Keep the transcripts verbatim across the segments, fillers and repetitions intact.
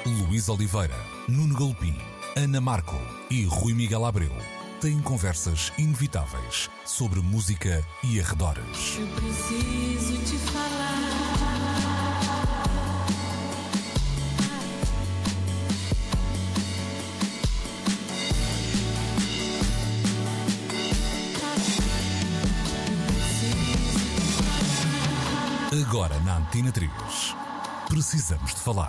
Luís Oliveira, Nuno Galopim, Ana Marco e Rui Miguel Abreu têm conversas inevitáveis sobre música e arredores. Eu preciso te falar. Agora na Antena três, precisamos de falar.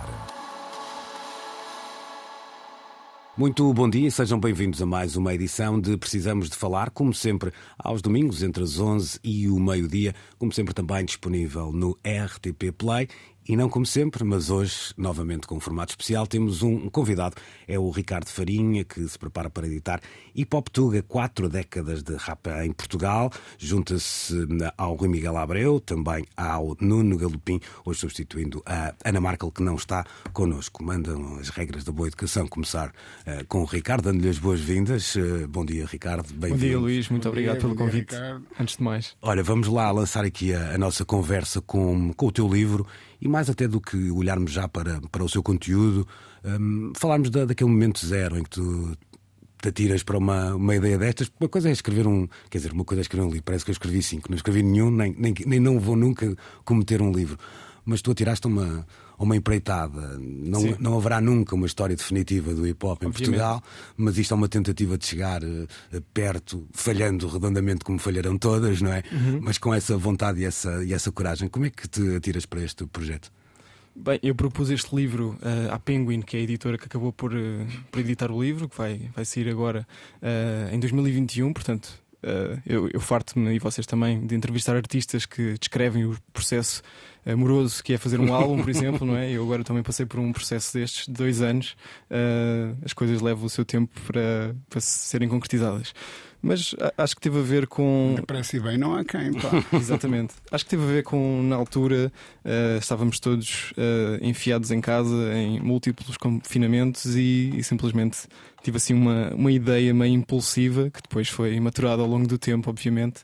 Muito bom dia e sejam bem-vindos a mais uma edição de Precisamos de Falar, como sempre, aos domingos, entre as onze e o meio-dia, como sempre também disponível no R T P Play. E não como sempre, mas hoje, novamente com um formato especial, temos um convidado. É o Ricardo Farinha, que se prepara para editar Hip Hop Tuga, quatro décadas de rap em Portugal. Junta-se ao Rui Miguel Abreu, também ao Nuno Galopim, hoje substituindo a Ana Markel, que não está connosco. Mandam as regras da boa educação começar uh, com o Ricardo, dando-lhe as boas-vindas. Uh, bom dia, Ricardo. Bem-vindo. Bom dia, Luís. Muito bom obrigado dia, pelo convite. Dia, Antes de mais. Olha, vamos lá lançar aqui a, a nossa conversa com, com o teu livro. E mais até do que olharmos já para, para o seu conteúdo, um, falarmos da, daquele momento zero em que tu te atiras para uma, uma ideia destas. Uma coisa é escrever um... Quer dizer, uma coisa é escrever um livro. Parece que eu escrevi cinco. Não escrevi nenhum, nem, nem, nem não vou nunca cometer um livro. Mas tu atiraste a uma, uma empreitada. Não, não haverá nunca uma história definitiva do hip-hop em Obviamente. Portugal, mas isto é uma tentativa de chegar uh, perto, falhando redondamente como falharão todas, não é? Uhum. Mas com essa vontade e essa, e essa coragem. Como é que te atiras para este projeto? Bem, eu propus este livro uh, à Penguin, que é a editora que acabou por, uh, por editar o livro, que vai, vai sair agora uh, em dois mil e vinte e um, portanto... Uh, eu, eu farto-me, e vocês também, de entrevistar artistas que descrevem o processo amoroso que é fazer um álbum, por exemplo, não é? Eu agora também passei por um processo destes de dois anos. Uh, as coisas levam o seu tempo para, para serem concretizadas. Mas acho que teve a ver com... Parece bem, não há quem, pá. Exatamente. Acho que teve a ver com, na altura, uh, estávamos todos uh, enfiados em casa em múltiplos confinamentos e, e simplesmente tive assim uma, uma ideia meio impulsiva que depois foi maturada ao longo do tempo, obviamente.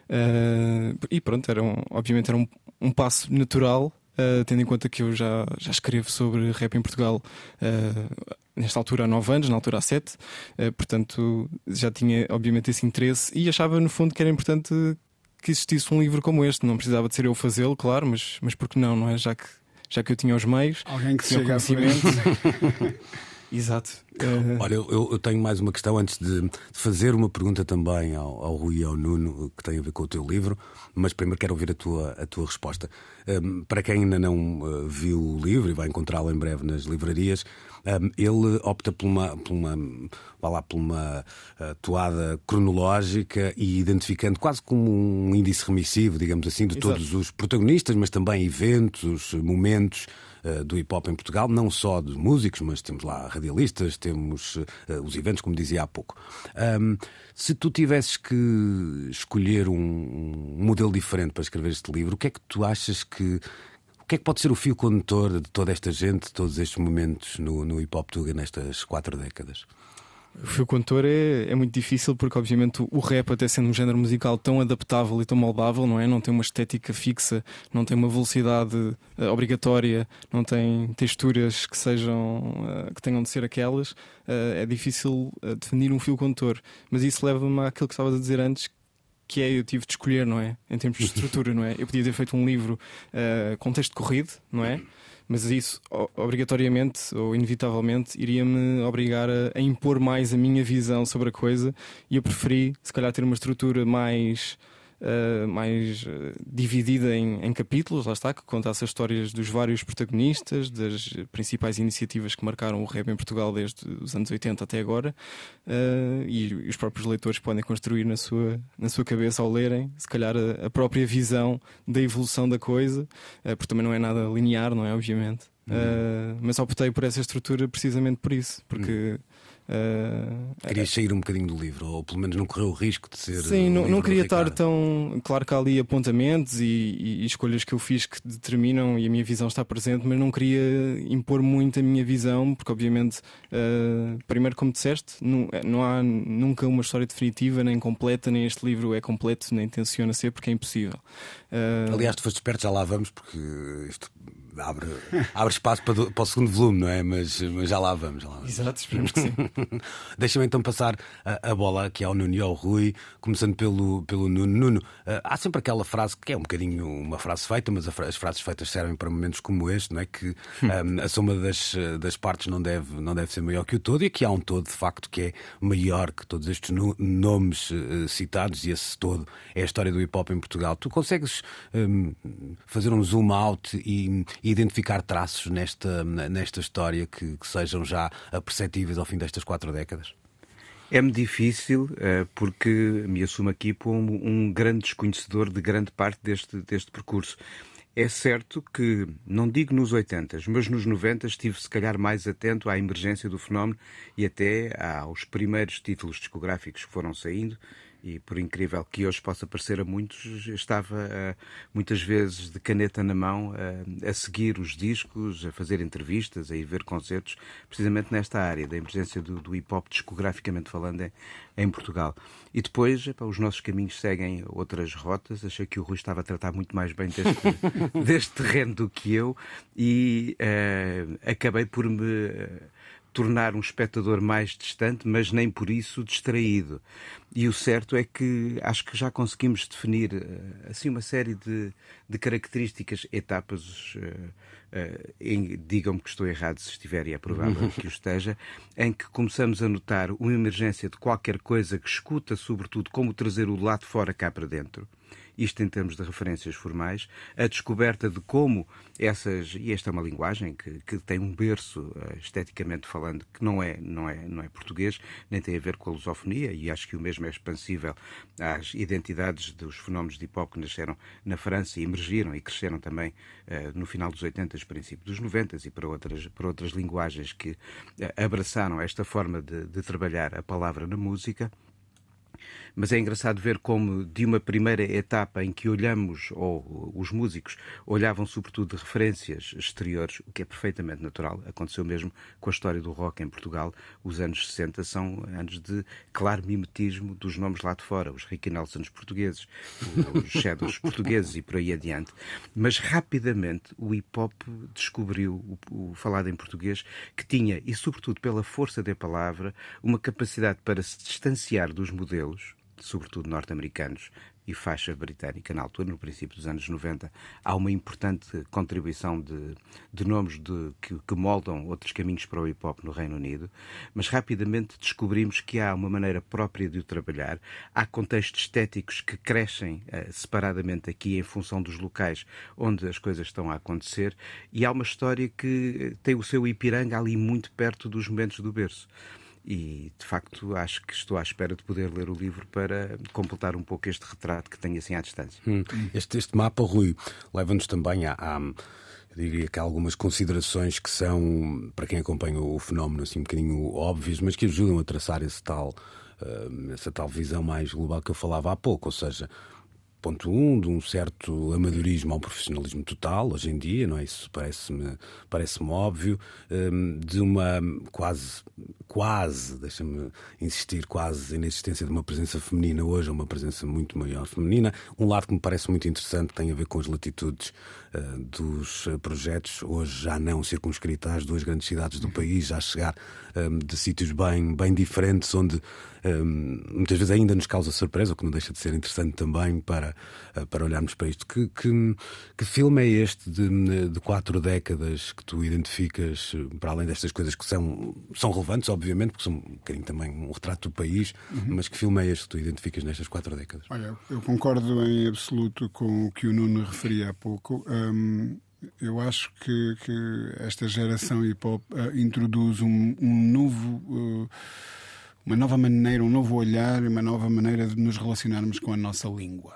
Uh, e pronto, era um, obviamente era um, um passo natural. Uh, tendo em conta que eu já, já escrevo sobre rap em Portugal uh, nesta altura há nove anos, na altura há sete, uh, portanto já tinha obviamente esse interesse e achava no fundo que era importante que existisse um livro como este. Não precisava de ser eu fazê-lo, claro, mas, mas por que não, não é? Já que, já que eu tinha os meios, Alguém que tinha o chega à conhecimento. Exato. Uh... Olha, eu, eu tenho mais uma questão antes de, de fazer uma pergunta também ao, ao Rui e ao Nuno, que tem a ver com o teu livro, mas primeiro quero ouvir a tua, a tua resposta. Um, para quem ainda não uh, viu o livro e vai encontrá-lo em breve nas livrarias, um, ele opta por uma, por uma, vá lá, por uma uh, toada cronológica e identificando quase como um índice remissivo, digamos assim, de Exato. Todos os protagonistas, mas também eventos, momentos uh, do hip-hop em Portugal, não só de músicos, mas temos lá radialistas, temos uh, os eventos, como dizia há pouco. Um, se tu tivesses que escolher um, um modelo diferente para escrever este livro, o que é que tu achas que... O que é que pode ser o fio condutor de toda esta gente, de todos estes momentos no, no hip-hop tuga nestas quatro décadas? O fio condutor é, é muito difícil porque obviamente o rap, até sendo um género musical tão adaptável e tão moldável, não é? Não tem uma estética fixa, não tem uma velocidade uh, obrigatória, não tem texturas que sejam uh, que tenham de ser aquelas. Uh, é difícil uh, definir um fio condutor, mas isso leva-me àquilo que estava a dizer antes, que é, eu tive de escolher, não é? Em termos de estrutura, não é? Eu podia ter feito um livro uh, com texto corrido, não é? Mas isso, obrigatoriamente ou inevitavelmente, iria-me obrigar a, a impor mais a minha visão sobre a coisa. E eu preferi, se calhar, ter uma estrutura mais, uh, mais uh, dividida em, em capítulos, lá está, que contasse as histórias dos vários protagonistas, das principais iniciativas que marcaram o rap em Portugal desde os anos oitenta até agora. Uh, e os próprios leitores podem construir na sua, na sua cabeça ao lerem, se calhar, a, a própria visão da evolução da coisa, uh, porque também não é nada linear, não é? Obviamente. Uhum. Uh, mas optei por essa estrutura precisamente por isso, porque. Uh, Querias sair um bocadinho do livro, ou pelo menos não correu o risco de ser. Sim, um não, não queria estar Ricardo. tão. Claro que há ali apontamentos e, e, e escolhas que eu fiz que determinam e a minha visão está presente, mas não queria impor muito a minha visão, porque obviamente, uh, primeiro, como disseste, não, não há nunca uma história definitiva, nem completa, nem este livro é completo, nem tenciona ser, porque é impossível. Uh... Aliás, tu foste esperto, já lá vamos, porque isto abre, abre espaço para, do, para o segundo volume, não é? Mas, mas já lá vamos. Já lá vamos. Exato, esperemos que sim. Deixa-me então passar a, a bola aqui ao Nuno e ao Rui, começando pelo, pelo Nuno. Nuno, uh, há sempre aquela frase que é um bocadinho uma frase feita, mas a, as frases feitas servem para momentos como este, não é? Que um, a soma das, das partes não deve, não deve ser maior que o todo, e aqui há um todo, de facto, que é maior que todos estes no, nomes uh, citados, e esse todo é a história do hip-hop em Portugal. Tu consegues um, fazer um zoom out e, e identificar traços nesta, nesta história que, que sejam já perceptíveis ao fim destas quatro décadas? É-me difícil, porque me assumo aqui como um grande desconhecedor de grande parte deste, deste percurso. É certo que, não digo nos oitenta, mas nos noventa estive se calhar mais atento à emergência do fenómeno e até aos primeiros títulos discográficos que foram saindo. E, por incrível que hoje possa parecer a muitos, estava uh, muitas vezes de caneta na mão uh, a seguir os discos, a fazer entrevistas, a ir ver concertos, precisamente nesta área da emergência do, do hip-hop, discograficamente falando, em, em Portugal. E depois, epá, os nossos caminhos seguem outras rotas. Achei que o Rui estava a tratar muito mais bem deste, deste terreno do que eu, e uh, acabei por me... Uh, tornar um espectador mais distante, mas nem por isso distraído. E o certo é que acho que já conseguimos definir assim uma série de, de características, etapas, uh, uh, em, digam-me que estou errado se estiver, e é provável que o esteja, em que começamos a notar uma emergência de qualquer coisa que escuta, sobretudo, como trazer o lado de fora cá para dentro. Isto em termos de referências formais, a descoberta de como essas, e esta é uma linguagem que, que tem um berço, esteticamente falando, que não é, não, é, não é português, nem tem a ver com a lusofonia, e acho que o mesmo é expansível às identidades dos fenómenos de hip-hop que nasceram na França e emergiram e cresceram também uh, no final dos oitenta, princípio dos noventa, e para outras, para outras linguagens que uh, abraçaram esta forma de, de trabalhar a palavra na música. Mas é engraçado ver como, de uma primeira etapa em que olhamos, ou os músicos olhavam sobretudo de referências exteriores, o que é perfeitamente natural, aconteceu mesmo com a história do rock em Portugal. Os anos sessenta são anos de claro mimetismo dos nomes lá de fora, os Ricky Nelsons portugueses, os Shadows portugueses e por aí adiante. Mas rapidamente o hip-hop descobriu, o, o falado em português, que tinha, e sobretudo pela força da palavra, uma capacidade para se distanciar dos modelos, sobretudo norte-americanos e faixa britânica. Na altura, no princípio dos anos noventa, há uma importante contribuição de, de nomes de, que, que moldam outros caminhos para o hip-hop no Reino Unido, mas rapidamente descobrimos que há uma maneira própria de o trabalhar, há contextos estéticos que crescem uh, separadamente aqui em função dos locais onde as coisas estão a acontecer, e há uma história que tem o seu Ipiranga ali muito perto dos momentos do berço. E, de facto, acho que estou à espera de poder ler o livro para completar um pouco este retrato que tenho assim à distância. Hum. Este, este mapa, Rui, leva-nos também a, a, eu diria que há algumas considerações que são, para quem acompanha o fenómeno, assim um bocadinho óbvias, mas que ajudam a traçar esse tal, uh, essa tal visão mais global que eu falava há pouco, ou seja... Ponto um, de um certo amadorismo ao profissionalismo total, hoje em dia, não é? Isso parece-me, parece-me óbvio, de uma quase, quase, deixa-me insistir, quase inexistência de uma presença feminina hoje, uma presença muito maior feminina. Um lado que me parece muito interessante tem a ver com as latitudes uh, dos projetos, hoje já não circunscritas às duas grandes cidades do país, já chegar um, de sítios bem, bem diferentes, onde um, muitas vezes ainda nos causa surpresa, o que não deixa de ser interessante também para para olharmos para isto. Que, que, que filme é este de, de quatro décadas que tu identificas, para além destas coisas que são, são relevantes, obviamente, porque são um bocadinho também um retrato do país, uhum. Mas que filme é este que tu identificas nestas quatro décadas? Olha, eu concordo em absoluto com o que o Nuno referia há pouco. Hum... Eu acho que, que esta geração hip-hop uh, introduz um, um novo, uh, uma nova maneira, um novo olhar, uma nova maneira de nos relacionarmos com a nossa língua.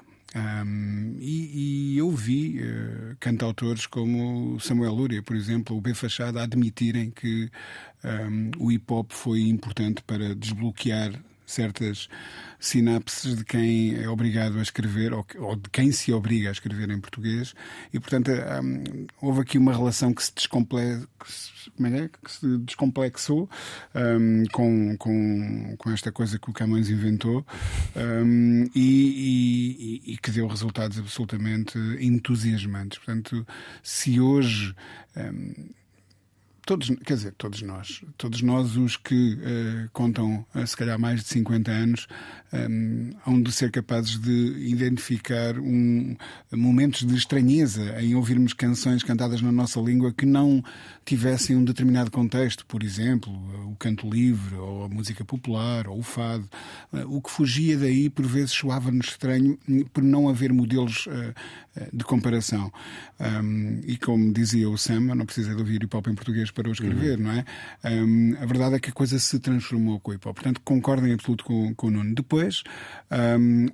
Um, e, e eu vi uh, cantautores como Samuel Lúria, por exemplo, o B Fachada, admitirem que um, o hip-hop foi importante para desbloquear certas sinapses de quem é obrigado a escrever ou, ou de quem se obriga a escrever em português e, portanto, hum, houve aqui uma relação que se, descomple... Como é? Que se descomplexou hum, com, com, com esta coisa que o Camões inventou hum, e, e, e que deu resultados absolutamente entusiasmantes. Portanto, se hoje... Hum, Todos, quer dizer, todos nós, todos nós os que uh, contam uh, se calhar mais de cinquenta anos, um, hão de ser capazes de identificar um, momentos de estranheza em ouvirmos canções cantadas na nossa língua que não tivessem um determinado contexto, por exemplo, o canto livre, ou a música popular, ou o fado. Uh, o que fugia daí, por vezes, soava-nos estranho por não haver modelos uh, de comparação. Um, e como dizia o Sam, não precisa de ouvir hip-hop em português para o escrever, uhum. não é? Um, a verdade é que a coisa se transformou com o hip-hop. Portanto, concordo em absoluto com, com o Nuno. Depois, um,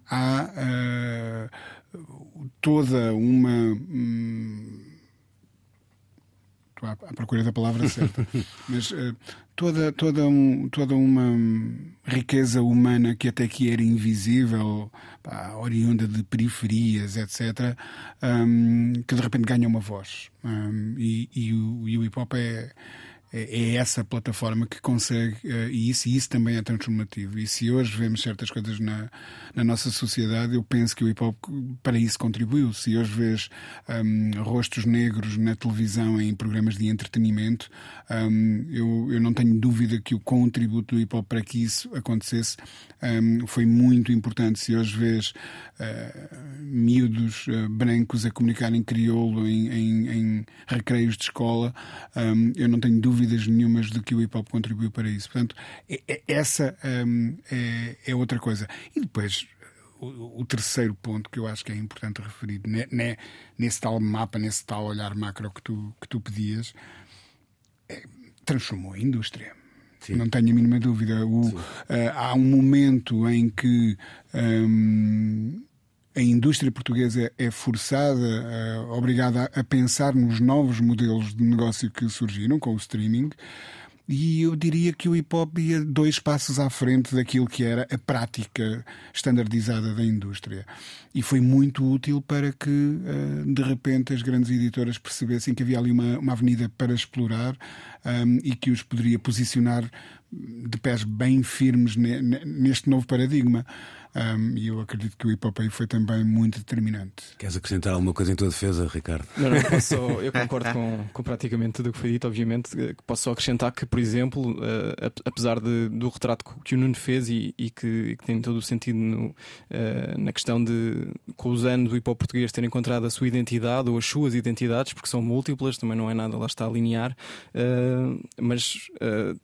há uh, toda uma... Hum, estou à, à procura da palavra certa, mas uh, toda, toda, um, toda uma riqueza humana que até aqui era invisível, pá, oriunda de periferias, etcétera, um, que de repente ganha uma voz. Um, e, e, o, e o hip-hop é... É essa plataforma que consegue, e isso, e isso também é transformativo. E se hoje vemos certas coisas na, na nossa sociedade, eu penso que o hip-hop para isso contribuiu. Se hoje vês um, rostos negros na televisão em programas de entretenimento, um, eu, eu não tenho dúvida que o contributo do hip-hop para que isso acontecesse um, foi muito importante. Se hoje vês uh, miúdos uh, brancos a comunicar em crioulo em, em, em recreios de escola, um, eu não tenho dúvida dúvidas nenhumas de que o hip-hop contribuiu para isso. Portanto, é, é, essa um, é, é outra coisa. E depois, o, o terceiro ponto que eu acho que é importante referir, ne, ne, nesse tal mapa, nesse tal olhar macro que tu, que tu pedias, é, transformou a indústria. Sim. Não tenho a mínima dúvida. O, uh, há um momento em que... Um, a indústria portuguesa é forçada, uh, obrigada a, a pensar nos novos modelos de negócio que surgiram com o streaming, e eu diria que o hip-hop ia dois passos à frente daquilo que era a prática standardizada da indústria. E foi muito útil para que, uh, de repente, as grandes editoras percebessem que havia ali uma, uma avenida para explorar um, e que os poderia posicionar de pés bem firmes ne, neste novo paradigma. Um, e eu acredito que o hip-hop aí foi também muito determinante. Queres acrescentar alguma coisa em tua defesa, Ricardo? Não, não, posso só, eu concordo com, com praticamente tudo o que foi dito, obviamente. Posso só acrescentar que, por exemplo, uh, apesar de, do retrato que o Nuno fez e, e, que, e que tem todo o sentido no, uh, na questão de, com os anos, o hip-hop português ter encontrado a sua identidade ou as suas identidades, porque são múltiplas, também não é nada, lá está, linear, uh, mas... Uh,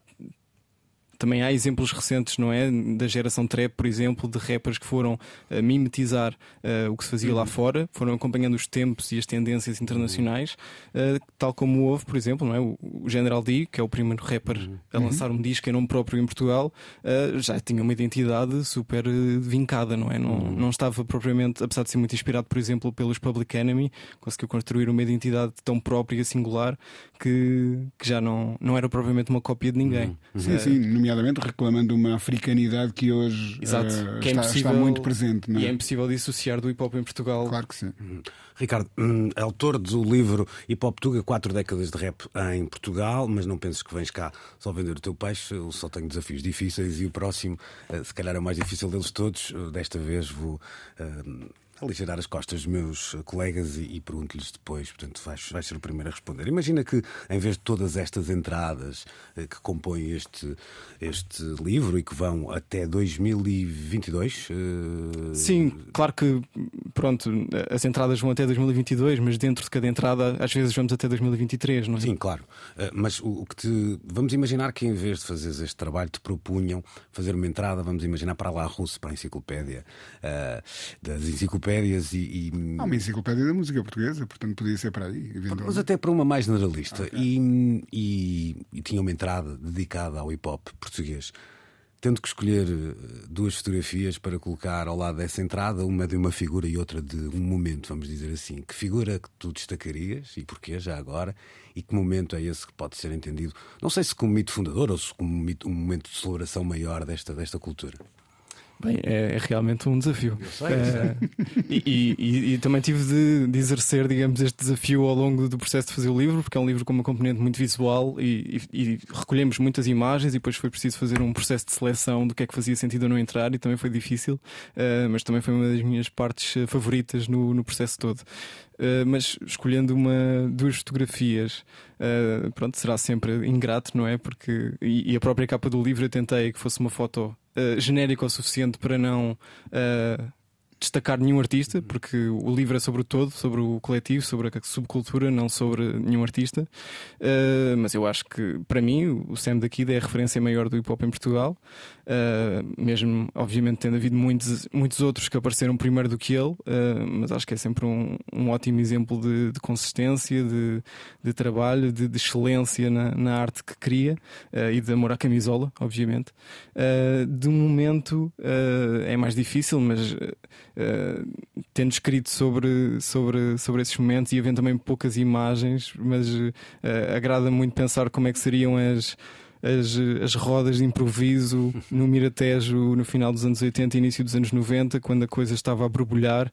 Também há exemplos recentes, não é? Da geração trap, por exemplo, de rappers que foram uh, mimetizar uh, o que se fazia uhum. lá fora, foram acompanhando os tempos e as tendências internacionais, uh, tal como houve, por exemplo, não é? o, o General D, que é o primeiro rapper uhum. a lançar um disco em nome próprio em Portugal, uh, já tinha uma identidade super uh, vincada, não é? Não, uhum. não estava propriamente, apesar de ser muito inspirado, por exemplo, pelos Public Enemy, conseguiu construir uma identidade tão própria e singular que, que já não, não era propriamente uma cópia de ninguém. Uhum. Sim, uh, sim, nomeadamente reclamando uma africanidade que hoje Exato, uh, que é está, está muito presente. Não é? E é impossível dissociar do hip-hop em Portugal. Claro que sim. Uhum. Ricardo, hum, autor do livro Hip Hop Tuga, quatro décadas de rap em Portugal, mas não penses que vens cá só vender o teu peixe, eu só tenho desafios difíceis e o próximo, uh, se calhar é o mais difícil deles todos, uh, desta vez vou... Uh, aligerar as costas dos meus colegas e, e pergunto-lhes depois, portanto vais, vais ser o primeiro a responder. Imagina que em vez de todas estas entradas eh, que compõem este, este livro e que vão até dois mil e vinte e dois... Eh... Sim, claro que pronto, as entradas vão até dois mil e vinte e dois, mas dentro de cada entrada às vezes vamos até dois mil e vinte e três, não é? Sim, claro, uh, mas o, o que te... vamos imaginar que em vez de fazeres este trabalho te propunham fazer uma entrada, vamos imaginar para lá russo, para a enciclopédia uh, das enciclopédias e, e... Há uma enciclopédia da música portuguesa, portanto podia ser para aí, mas até para uma mais generalista. Okay. e, e, e tinha uma entrada dedicada ao hip-hop português, tendo que escolher duas fotografias para colocar ao lado dessa entrada, uma de uma figura e outra de um momento, vamos dizer assim. Que figura que tu destacarias e porquê já agora? E que momento é esse que pode ser entendido, não sei se como mito fundador ou se como mito, um momento de celebração maior desta, desta cultura? Bem, é, é realmente um desafio. Eu sei, eu sei. Uh, e, e, e também tive de, de exercer, digamos, este desafio ao longo do processo de fazer o livro, porque é um livro com uma componente muito visual e, e, e recolhemos muitas imagens e depois foi preciso fazer um processo de seleção do que é que fazia sentido ou não entrar e também foi difícil, uh, mas também foi uma das minhas partes favoritas no, no processo todo. Uh, mas escolhendo uma, duas fotografias, uh, pronto, será sempre ingrato, não é? Porque, e, e a própria capa do livro eu tentei que fosse uma foto uh, genérica o suficiente para não uh, destacar nenhum artista, porque o livro é sobre o todo, sobre o coletivo, sobre a subcultura, não sobre nenhum artista. Uh, mas eu acho que, para mim, o Sam da Kid é a referência maior do hip hop em Portugal. Uh, mesmo, obviamente, tendo havido muitos, muitos outros que apareceram primeiro do que ele, uh, mas acho que é sempre um, um ótimo exemplo de, de consistência, de, de trabalho, de, de excelência na, na arte que cria uh, e de amor à camisola, obviamente. Uh, de momento uh, é mais difícil, mas uh, tendo escrito sobre, sobre, sobre esses momentos e havendo também poucas imagens, mas uh, agrada muito pensar como é que seriam as. As, as rodas de improviso no Miratejo no final dos anos oitenta e início dos anos noventa, quando a coisa estava a borbulhar,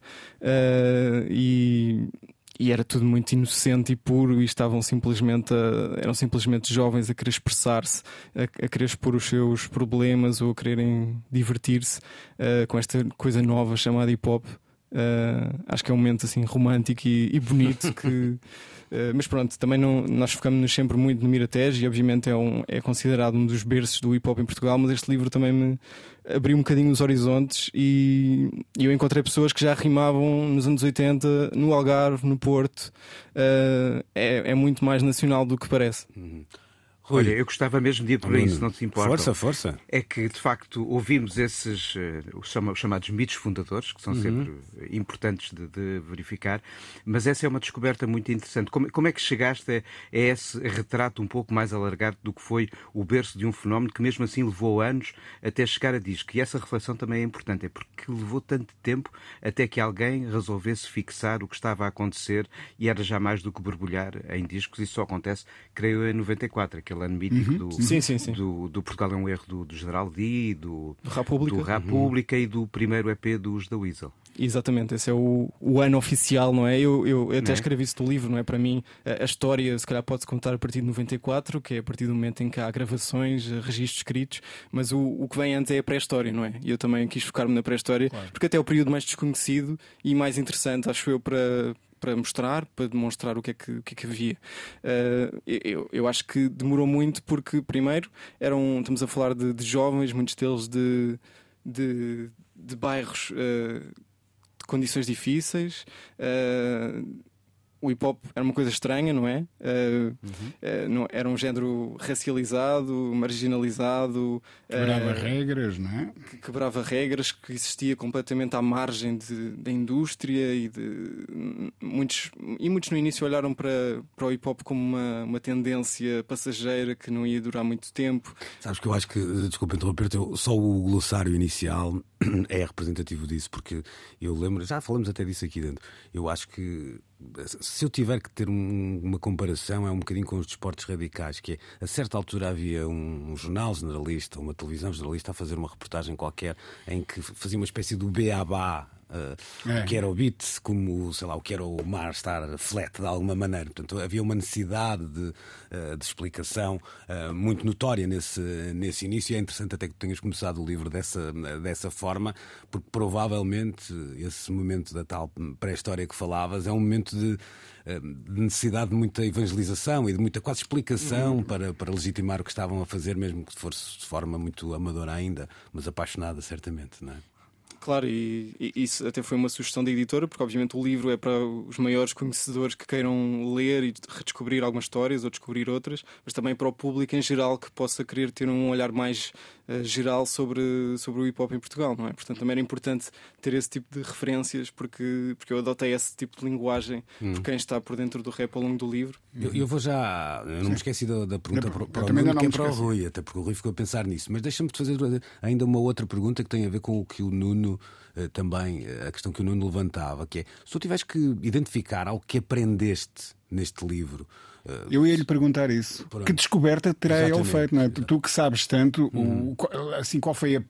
uh, e, e era tudo muito inocente e puro, e estavam simplesmente a, eram simplesmente jovens a querer expressar-se, a, a querer expor os seus problemas ou a quererem divertir-se uh, com esta coisa nova chamada hip-hop. Uh, acho que é um momento assim romântico e, e bonito que, uh, mas pronto, também não, nós focamos-nos sempre muito no Miratejo e obviamente é, um, é considerado um dos berços do hip hop em Portugal, mas este livro também me abriu um bocadinho os horizontes e, e eu encontrei pessoas que já rimavam nos anos oitenta no Algarve, no Porto. Uh, é, é muito mais nacional do que parece. Uhum. Olha, eu gostava mesmo de ir por aí, se não te importa. Força, força. É que, de facto, ouvimos esses uh, os chamados mitos fundadores, que são uhum. sempre importantes de, de verificar, mas essa é uma descoberta muito interessante. Como, como é que chegaste a, a esse retrato um pouco mais alargado do que foi o berço de um fenómeno que mesmo assim levou anos até chegar a disco? E essa reflexão também é importante, é porque levou tanto tempo até que alguém resolvesse fixar o que estava a acontecer e era já mais do que borbulhar em discos. Isso só acontece, creio, em noventa e quatro, aquele ano mítico uhum. do, sim, sim, sim. Do, do Portugal é um erro do, do General D, do, do República, do República uhum. e do primeiro E P dos da Weasel. Exatamente, esse é o, o ano oficial, não é? Eu, eu, eu até é? escrevi isso no livro, não é? Para mim, a, a história se calhar pode-se contar a partir de noventa e quatro, que é a partir do momento em que há gravações, registros escritos, mas o, o que vem antes é a pré-história, não é? E eu também quis focar-me na pré-história, claro. Porque até é o período mais desconhecido e mais interessante, acho eu, para. para mostrar, para demonstrar o que é que, o que, é que havia. Uh, eu, eu acho que demorou muito porque, primeiro, eram, estamos a falar de, de jovens, muitos deles de, de, de bairros uh, de condições difíceis. Uh, o hip-hop era uma coisa estranha, não é? Uh, uhum. uh, não, era um género racializado, marginalizado. Quebrava uh, regras, não é? Que quebrava regras, que existia completamente à margem de, da indústria e de muitos, e muitos no início olharam para, para o hip-hop como uma, uma tendência passageira que não ia durar muito tempo. Sabes que eu acho que, desculpa interromper-te, só o glossário inicial é representativo disso, porque eu lembro, já falamos até disso aqui dentro, eu acho que se eu tiver que ter um, uma comparação, é um bocadinho com os desportos radicais, que é, a certa altura havia um, um jornal generalista, uma televisão generalista a fazer uma reportagem qualquer em que fazia uma espécie do beabá. Uh, é. O que era o beat, como, sei lá, o que era o mar estar flat de alguma maneira. Portanto, havia uma necessidade de, uh, de explicação uh, muito notória nesse, nesse início. E é interessante até que tenhas começado o livro dessa, dessa forma, porque provavelmente esse momento da tal pré-história que falavas é um momento de, de necessidade de muita evangelização e de muita quase explicação uhum. para, para legitimar o que estavam a fazer, mesmo que fosse de forma muito amadora ainda, mas apaixonada certamente, não é? Claro, e, e isso até foi uma sugestão da editora, porque obviamente o livro é para os maiores conhecedores que queiram ler e redescobrir algumas histórias ou descobrir outras, mas também para o público em geral que possa querer ter um olhar mais uh, geral sobre, sobre o hip-hop em Portugal, não é? Portanto, também era importante ter esse tipo de referências, porque, porque eu adotei esse tipo de linguagem hum. por quem está por dentro do rap ao longo do livro. Eu, eu vou já... Eu não me esqueci da, da pergunta não, para, para o Nuno, que é para o Rui, até porque o Rui ficou a pensar nisso, mas deixa-me fazer ainda uma outra pergunta que tem a ver com o que o Nuno Uh, também uh, a questão que o Nuno levantava, que é, se tu tiveres que identificar algo que aprendeste neste livro, uh, eu ia lhe perguntar isso. Pronto. Que descoberta terá ele feito, não é? Tu que sabes tanto, uhum. o, assim, qual foi a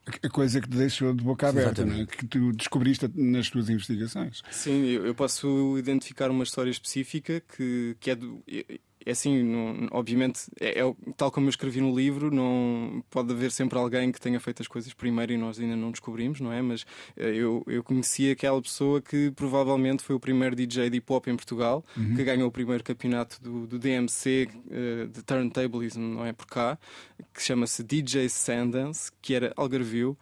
a coisa que te deixou de boca aberta, não é? Que tu descobriste nas tuas investigações. Sim, eu posso identificar uma história específica que, que é do. É assim, não, obviamente, é, é, tal como eu escrevi no livro, não pode haver sempre alguém que tenha feito as coisas primeiro e nós ainda não descobrimos, não é? Mas eu, eu conheci aquela pessoa que provavelmente foi o primeiro D J de hip-hop em Portugal, uhum. que ganhou o primeiro campeonato do, do D M C uh, de Turntablism, não é? Por cá, que chama-se D J Sandance, que era algarvio,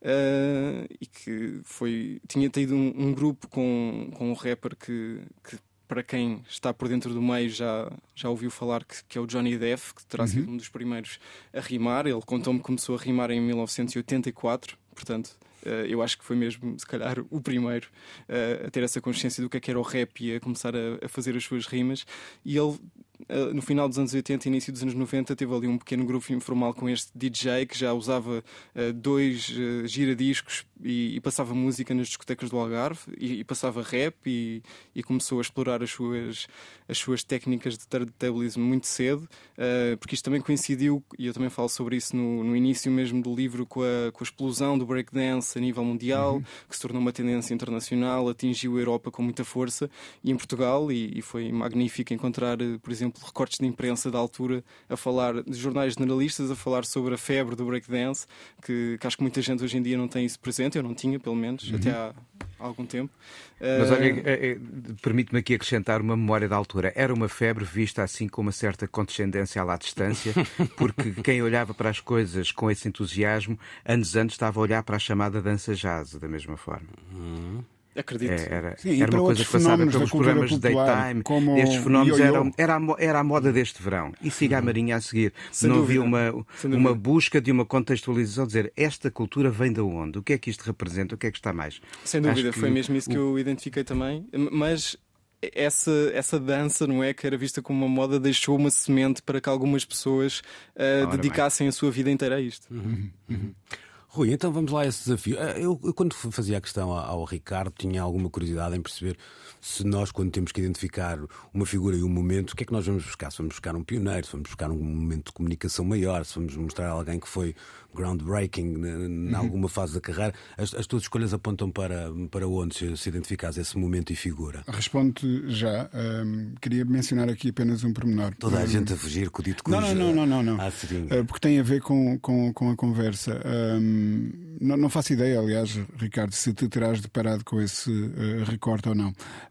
uh, e que foi, tinha tido um, um grupo com, com um rapper que... que para quem está por dentro do meio já, já ouviu falar que, que é o Johnny Def, que terá uhum. sido um dos primeiros a rimar. Ele contou-me que começou a rimar em mil novecentos e oitenta e quatro, portanto eu acho que foi mesmo, se calhar, o primeiro a ter essa consciência do que é que era o rap e a começar a, a fazer as suas rimas. E ele, no final dos anos oitenta e início dos anos noventa, teve ali um pequeno grupo informal com este D J que já usava uh, dois uh, giradiscos e, e passava música nas discotecas do Algarve e, e passava rap e, e começou a explorar as suas, as suas técnicas de turntablism muito cedo, uh, porque isto também coincidiu, e eu também falo sobre isso no, no início mesmo do livro, com a, com a explosão do breakdance a nível mundial, uhum. que se tornou uma tendência internacional, atingiu a Europa com muita força e em Portugal, e, e foi magnífico encontrar, por exemplo, recortes de imprensa da altura a falar, de jornais generalistas a falar sobre a febre do breakdance, que, que acho que muita gente hoje em dia não tem isso presente, eu não tinha, pelo menos, uhum. até há, há algum tempo. Mas olha, é, é, permite-me aqui acrescentar uma memória da altura. Era uma febre vista assim com uma certa condescendência à lá distância, porque quem olhava para as coisas com esse entusiasmo, anos antes estava a olhar para a chamada dança jazz, da mesma forma. Uhum. Acredito. É, era Sim, era uma coisa que passava pelos programas de daytime. Estes fenómenos eram, era, a, era a moda deste verão. E siga a Marinha a seguir. Sem não dúvida. havia uma, uma busca de uma contextualização, dizer esta cultura vem de onde? O que é que isto representa? O que é que está mais? Sem dúvida, foi mesmo isso que eu identifiquei também. Mas essa, essa dança, não é, que era vista como uma moda, deixou uma semente para que algumas pessoas uh, dedicassem bem. a sua vida inteira a isto. Uhum. Uhum. Rui, então vamos lá a esse desafio. Eu, eu quando fazia a questão ao Ricardo, tinha alguma curiosidade em perceber se nós, quando temos que identificar uma figura e um momento, o que é que nós vamos buscar? Se vamos buscar um pioneiro, se vamos buscar um momento de comunicação maior, se vamos mostrar alguém que foi groundbreaking em alguma fase da carreira. As, as tuas escolhas apontam para, para onde, se, se identificares esse momento e figura? Respondo já. Um, queria mencionar aqui apenas um pormenor. Toda a um... gente a fugir com o dito cujo. Não, não, não, não, não. Ah, uh, porque tem a ver com, com, com a conversa. Um, não, não faço ideia, aliás, Ricardo, se te terás deparado com esse uh, recorte ou não.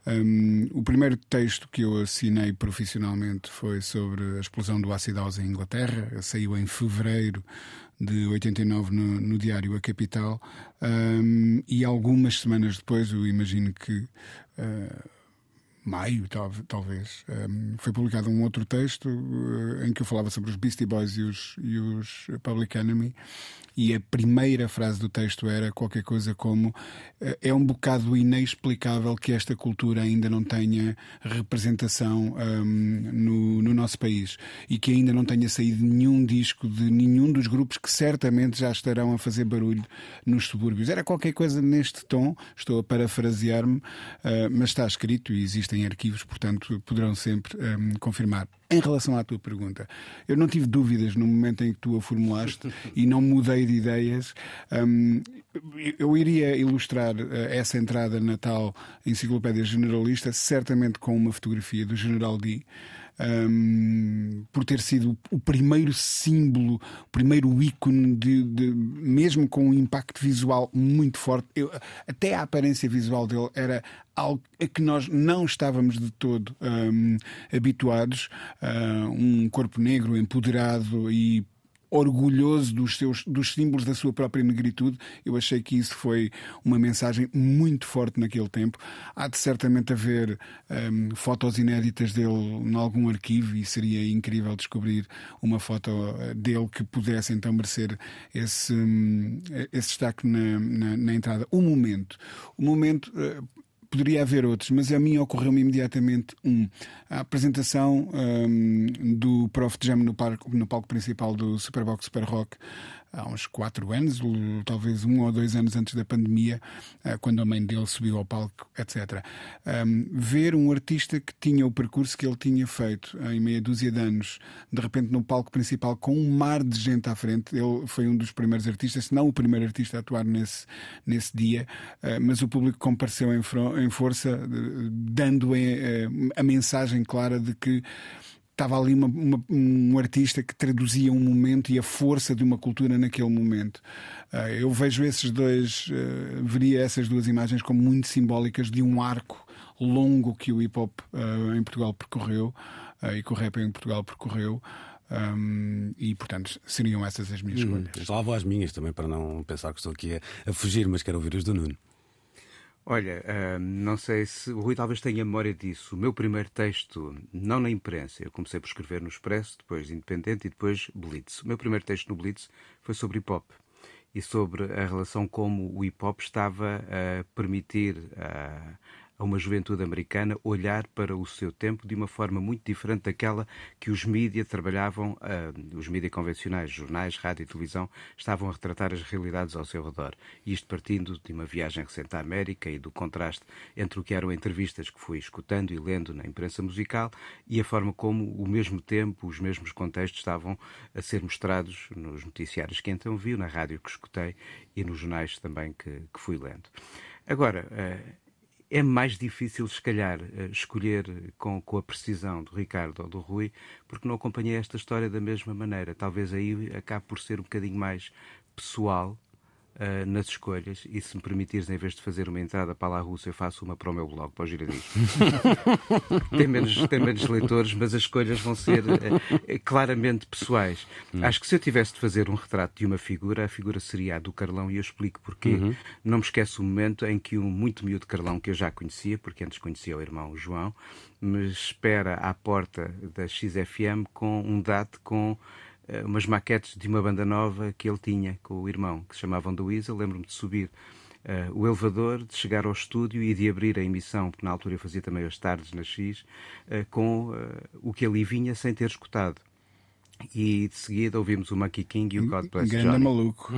Um, o primeiro texto que eu assinei profissionalmente foi sobre a explosão do Acid House em Inglaterra. Saiu em fevereiro de oitenta e nove no, no diário A Capital, um, e algumas semanas depois, eu imagino que uh, maio, tal, talvez, um, foi publicado um outro texto uh, em que eu falava sobre os Beastie Boys e os, e os Public Enemy, e a primeira frase do texto era qualquer coisa como: é um bocado inexplicável que esta cultura ainda não tenha representação um, no, no nosso país, e que ainda não tenha saído nenhum disco de nenhum dos grupos que certamente já estarão a fazer barulho nos subúrbios. Era qualquer coisa neste tom, estou a parafrasear-me, uh, mas está escrito e existem arquivos, portanto poderão sempre um, confirmar. Em relação à tua pergunta, eu não tive dúvidas no momento em que tu a formulaste e não mudei de ideias. Um, eu iria ilustrar uh, essa entrada na tal enciclopédia generalista, certamente com uma fotografia do General D, um, por ter sido o primeiro símbolo, o primeiro ícone, de, de, mesmo com um impacto visual muito forte. Eu, até a aparência visual dele era algo a que nós não estávamos de todo um, habituados. Uh, um corpo negro, empoderado e orgulhoso dos, seus, dos símbolos da sua própria negritude. Eu achei que isso foi uma mensagem muito forte naquele tempo. Há de certamente haver um, fotos inéditas dele em algum arquivo, e seria incrível descobrir uma foto dele que pudesse então merecer esse, um, esse destaque na, na, na entrada. O momento. O momento... Uh, Poderia haver outros, mas a mim ocorreu-me imediatamente um. A apresentação um, do Prof Jam no, parco, no palco principal do Superbox Super Rock, há uns quatro anos, talvez um ou dois anos antes da pandemia, quando a mãe dele subiu ao palco, etcétera. Um, ver um artista que tinha o percurso que ele tinha feito em meia dúzia de anos, de repente no palco principal, com um mar de gente à frente. Ele foi um dos primeiros artistas, se não o primeiro artista a atuar nesse, nesse dia, uh, mas o público compareceu em, em força, uh, dando uh, a mensagem clara de que estava ali uma, uma, um artista que traduzia um momento e a força de uma cultura naquele momento. Uh, eu vejo esses dois, uh, veria essas duas imagens como muito simbólicas de um arco longo que o hip-hop uh, em Portugal percorreu uh, e que o rap em Portugal percorreu. Um, e portanto seriam essas as minhas hum, escolhas. Já lá vou às minhas também, para não pensar que estou aqui a, a fugir, mas quero ouvir as do Nuno. Olha, uh, não sei se o Rui talvez tenha memória disso. O meu primeiro texto, não na imprensa, eu comecei por escrever no Expresso, depois Independente e depois Blitz. O meu primeiro texto no Blitz foi sobre hip-hop e sobre a relação como o hip-hop estava a permitir a, a uma juventude americana olhar para o seu tempo de uma forma muito diferente daquela que os mídias trabalhavam, uh, os mídias convencionais, jornais, rádio e televisão, estavam a retratar as realidades ao seu redor. E isto partindo de uma viagem recente à América e do contraste entre o que eram entrevistas que fui escutando e lendo na imprensa musical e a forma como o mesmo tempo, os mesmos contextos estavam a ser mostrados nos noticiários que então vi, na rádio que escutei e nos jornais também que, que fui lendo. Agora, uh, é mais difícil, se calhar, escolher com, com a precisão do Ricardo ou do Rui, porque não acompanhei esta história da mesma maneira. Talvez aí acabe por ser um bocadinho mais pessoal uh, nas escolhas. E se me permitires, em vez de fazer uma entrada para lá Rússia, eu faço uma para o meu blog, para o Giradisco. tem, menos, tem menos leitores, mas as escolhas vão ser uh, claramente pessoais. Hum. Acho que se eu tivesse de fazer um retrato de uma figura, a figura seria a do Carlão, e eu explico porquê. Uhum. Não me esqueço o momento em que um muito miúdo Carlão, que eu já conhecia, porque antes conhecia o irmão João, me espera à porta da X F M com um date com umas maquetes de uma banda nova que ele tinha com o irmão, que se chamavam The Weasel. Lembro-me de subir uh, o elevador, de chegar ao estúdio e de abrir a emissão, porque na altura eu fazia também as tardes na X, uh, com uh, o que ali vinha sem ter escutado. E de seguida ouvimos o Monkey King e o God Bless Grande Johnny. maluco.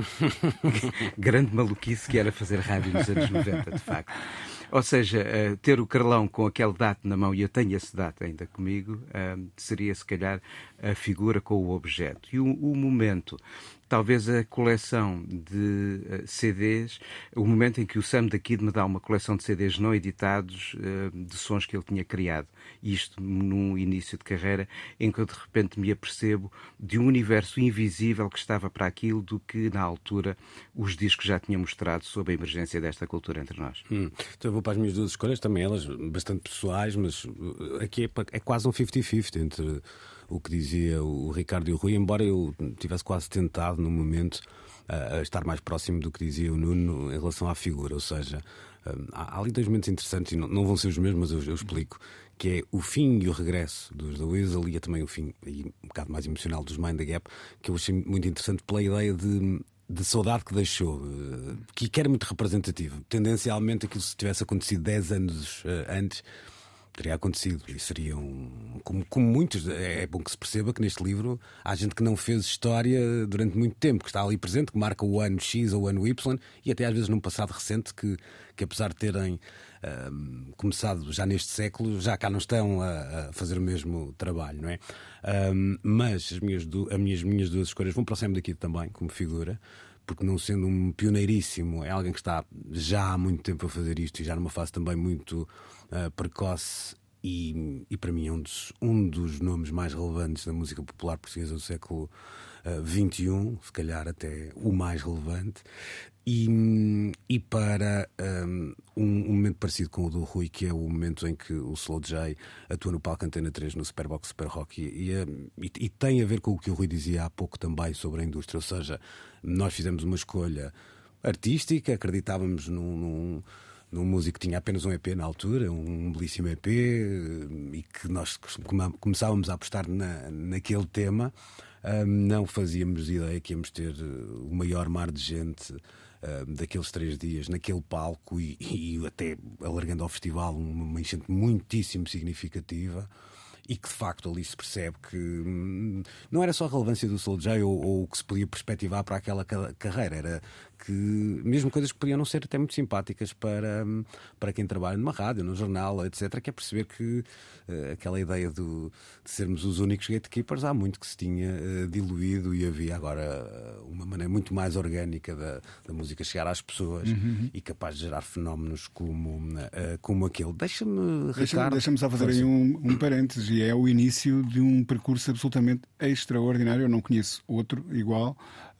Grande maluquice que era fazer rádio nos anos noventa, de facto. Ou seja, uh, ter o Carlão com aquele date na mão, e eu tenho esse date ainda comigo, uh, seria se calhar a figura com o objeto. E o, o momento, talvez a coleção de uh, C Ds, o momento em que o Sam da Kid me dá uma coleção de C Ds não editados uh, de sons que ele tinha criado. Isto num início de carreira em que eu de repente me apercebo de um universo invisível que estava para aquilo do que na altura os discos já tinham mostrado sobre a emergência desta cultura entre nós. Hum. Então eu vou para as minhas duas escolhas, também elas bastante pessoais, mas aqui é, é quase um cinquenta cinquenta entre o que dizia o Ricardo e o Rui, embora eu tivesse quase tentado no momento a estar mais próximo do que dizia o Nuno em relação à figura. Ou seja, há, há ali dois momentos interessantes, e não, não vão ser os mesmos, mas eu, eu explico, que é o fim e o regresso dos The Weasel, e é também o fim, e um bocado mais emocional, dos Mind the Gap, que eu achei muito interessante pela ideia de, de saudade que deixou, que era muito representativo. Tendencialmente, aquilo se tivesse acontecido dez anos antes, teria acontecido, e seria um, como, como muitos. É bom que se perceba que neste livro há gente que não fez história durante muito tempo, que está ali presente, que marca o ano X ou o ano Y, e até às vezes num passado recente que, que apesar de terem um, começado já neste século, já cá não estão a, a fazer o mesmo trabalho, não é? Um, mas as minhas, du- as minhas, minhas duas escolhas vão para o Sam da Kid também, como figura, porque não sendo um pioneiríssimo, é alguém que está já há muito tempo a fazer isto e já numa fase também muito uh, precoce, e, e para mim é um dos, um dos nomes mais relevantes da música popular portuguesa do século uh, vinte e um, se calhar até o mais relevante. E, e para um, um momento parecido com o do Rui, que é o momento em que o Slow J atua no palco Antena três no Superbox Super Rock, e, e, e tem a ver com o que o Rui dizia há pouco também sobre a indústria. Ou seja, nós fizemos uma escolha artística, acreditávamos num, num, num músico que tinha apenas um E P na altura, um belíssimo E P, e que nós começávamos a apostar na, naquele tema. Um, não fazíamos ideia que íamos ter o maior mar de gente uh, daqueles três dias naquele palco, e, e até alargando ao festival uma enchente muitíssimo significativa. e que de facto ali se percebe que hum, não era só a relevância do Soul J ou, ou o que se podia perspectivar para aquela ca- carreira, era que mesmo coisas que podiam não ser até muito simpáticas para, para quem trabalha numa rádio, num jornal, etcétera, que é perceber que uh, aquela ideia do, de sermos os únicos gatekeepers há muito que se tinha uh, diluído e havia agora uh, uma maneira muito mais orgânica da, da música chegar às pessoas uhum. e capaz de gerar fenómenos como, uh, como aquele. Deixa-me, Ricardo... Deixa-me só fazer aí um, um parênteses, e é o início de um percurso absolutamente extraordinário, eu não conheço outro igual,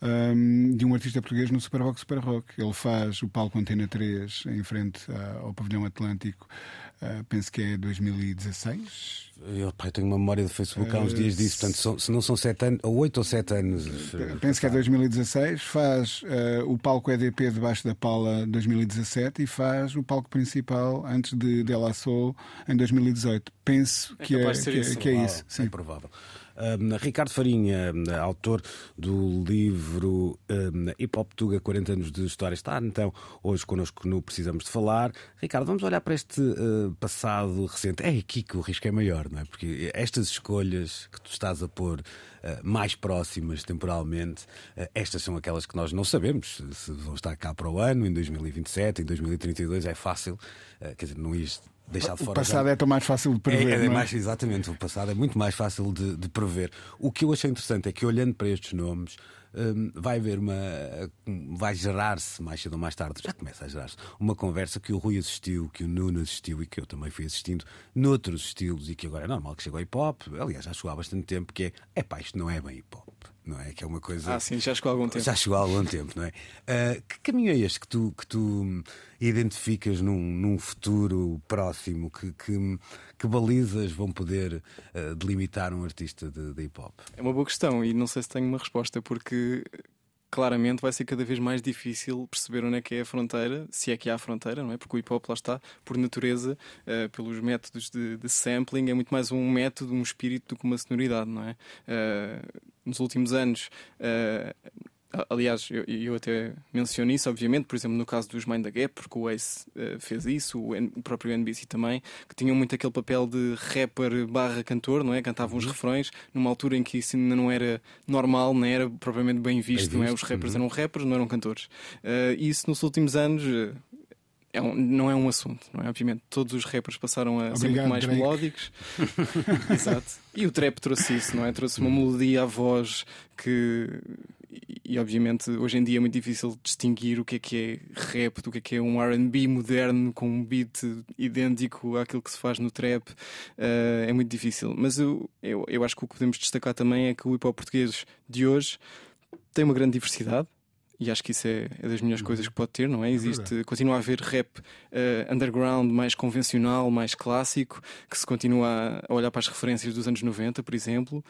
um, de um artista português no Super Rock Super Rock. Ele faz o palco Antena três em frente uh, ao Pavilhão Atlântico, uh, penso que é dois mil e dezasseis. Eu, pai, tenho uma memória do Facebook há uns dias disso, portanto, são, se não são sete anos, ou oito ou sete anos. Penso que é dois mil e dezasseis. Faz uh, o palco E D P debaixo da pala dois mil e dezassete e faz o palco principal antes de Dela Soul em dois mil e dezoito. Penso é que, é, que, é, que é isso. Sim. É provável. Um, Ricardo Farinha, autor do livro um, Hip Hop Tuga, quarenta anos de história, está então hoje connosco no Precisamos de Falar. Ricardo, vamos olhar para este uh, passado recente. É aqui que o risco é maior, não é? Porque estas escolhas que tu estás a pôr uh, mais próximas temporalmente, uh, estas são aquelas que nós não sabemos se vão estar cá para o ano, em dois mil e vinte e sete, em dois mil e trinta e dois, é fácil, uh, quer dizer, não ias deixar de o fora. O passado já... é tão mais fácil de prever. É, é, não é? mais, exatamente, o passado é muito mais fácil de, de prever. O que eu achei interessante é que, olhando para estes nomes, um, vai haver uma. Vai gerar-se, mais cedo ou mais tarde, já começa a gerar-se, uma conversa que o Rui assistiu, que o Nuno assistiu e que eu também fui assistindo noutros estilos e que agora é normal que chegou ao hip hop. Aliás, já chegou há bastante tempo, que é, é pá, isto não é bem hip hop. Não é? Que é uma coisa. Ah, sim, já chegou há algum tempo. Já chegou há algum tempo, não é? Uh, que caminho é este que tu, que tu identificas num, num futuro próximo? Que, que, que balizas vão poder uh, delimitar um artista de, de hip hop? É uma boa questão e não sei se tenho uma resposta, porque claramente vai ser cada vez mais difícil perceber onde é que é a fronteira, se é que há a fronteira, não é? Porque o hip hop, lá está, por natureza, uh, pelos métodos de, de sampling, é muito mais um método, um espírito do que uma sonoridade, não é? Uh, nos últimos anos, uh, aliás, eu, eu até menciono isso, obviamente, por exemplo, no caso dos Mind the Gap, porque o Ace uh, fez isso, o, N, o próprio N B C também, que tinham muito aquele papel de rapper barra cantor, não é? Cantavam os refrões, numa altura em que isso ainda não era normal, não era propriamente bem visto, bem visto. Não é? Os rappers uhum. eram rappers, não eram cantores. Uh, e isso nos últimos anos... Uh, É um, não é um assunto, não é? Obviamente, todos os rappers passaram a Obrigado, ser muito mais Drake. melódicos. Exato. E o trap trouxe isso, não é? Trouxe uma melodia à voz que. E, e obviamente, hoje em dia é muito difícil distinguir o que é que é rap do que é que é um R and B moderno com um beat idêntico àquilo que se faz no trap. Uh, é muito difícil. Mas eu, eu, eu acho que o que podemos destacar também é que o hip hop português de hoje tem uma grande diversidade. E acho que isso é, é das melhores coisas que pode ter, não é? Existe, continua a haver rap uh, underground mais convencional, mais clássico, que se continua a olhar para as referências dos anos noventa, por exemplo.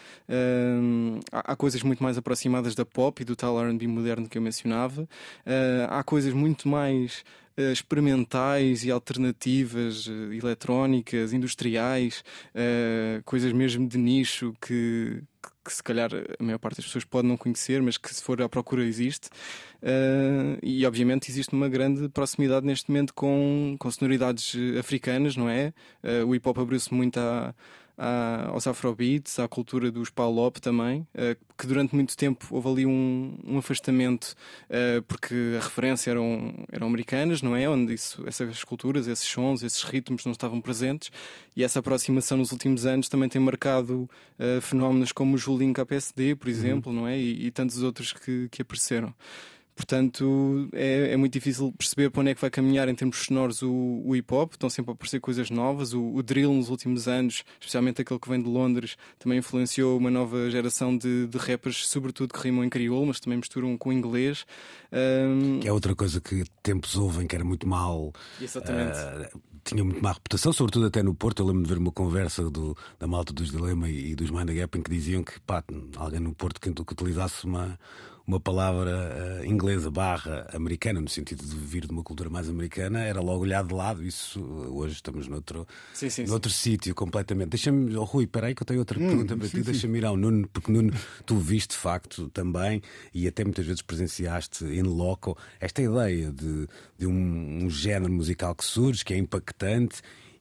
Uh, há, há coisas muito mais aproximadas da pop e do tal R and B moderno que eu mencionava. Uh, há coisas muito mais uh, experimentais e alternativas, uh, eletrónicas, industriais, uh, coisas mesmo de nicho que... que se calhar a maior parte das pessoas pode não conhecer, mas que se for à procura existe. Uh, e obviamente existe uma grande proximidade neste momento com, com sonoridades africanas, não é? Uh, o hip hop abriu-se muito à, à, aos afrobeats, à cultura dos pau-lop também, uh, que durante muito tempo houve ali um, um afastamento, uh, porque a referência eram, eram americanas, não é? Onde isso, essas culturas, esses sons, esses ritmos não estavam presentes, e essa aproximação nos últimos anos também tem marcado uh, fenómenos como o Julinho K P S D, por exemplo, uhum. não é? E, e tantos outros que, que apareceram. Portanto, é, é muito difícil perceber para onde é que vai caminhar em termos sonoros o, o hip-hop. Estão sempre a aparecer coisas novas. O, o drill nos últimos anos, especialmente aquele que vem de Londres, também influenciou uma nova geração de, de rappers, sobretudo que rimam em crioulo, mas também misturam com o inglês. Um... Que é outra coisa que tempos houve em que era muito mal. Exatamente. Uh, tinha muito má reputação, sobretudo até no Porto. Eu lembro de ver uma conversa do, da malta dos Dilema e, e dos Mind the Gap em que diziam que pá, alguém no Porto que, que utilizasse uma... uma palavra uh, inglesa barra americana, no sentido de vir de uma cultura mais americana, era logo olhado de lado. Isso uh, hoje estamos noutro, sim, sim, noutro sim. sítio completamente. Deixa-me, oh, Rui, espera aí que eu tenho outra hum, pergunta para ti. Deixa-me ir ao Nuno, porque Nuno, tu viste de facto também e até muitas vezes presenciaste in loco esta ideia de, de um, um género musical que surge, que é impactante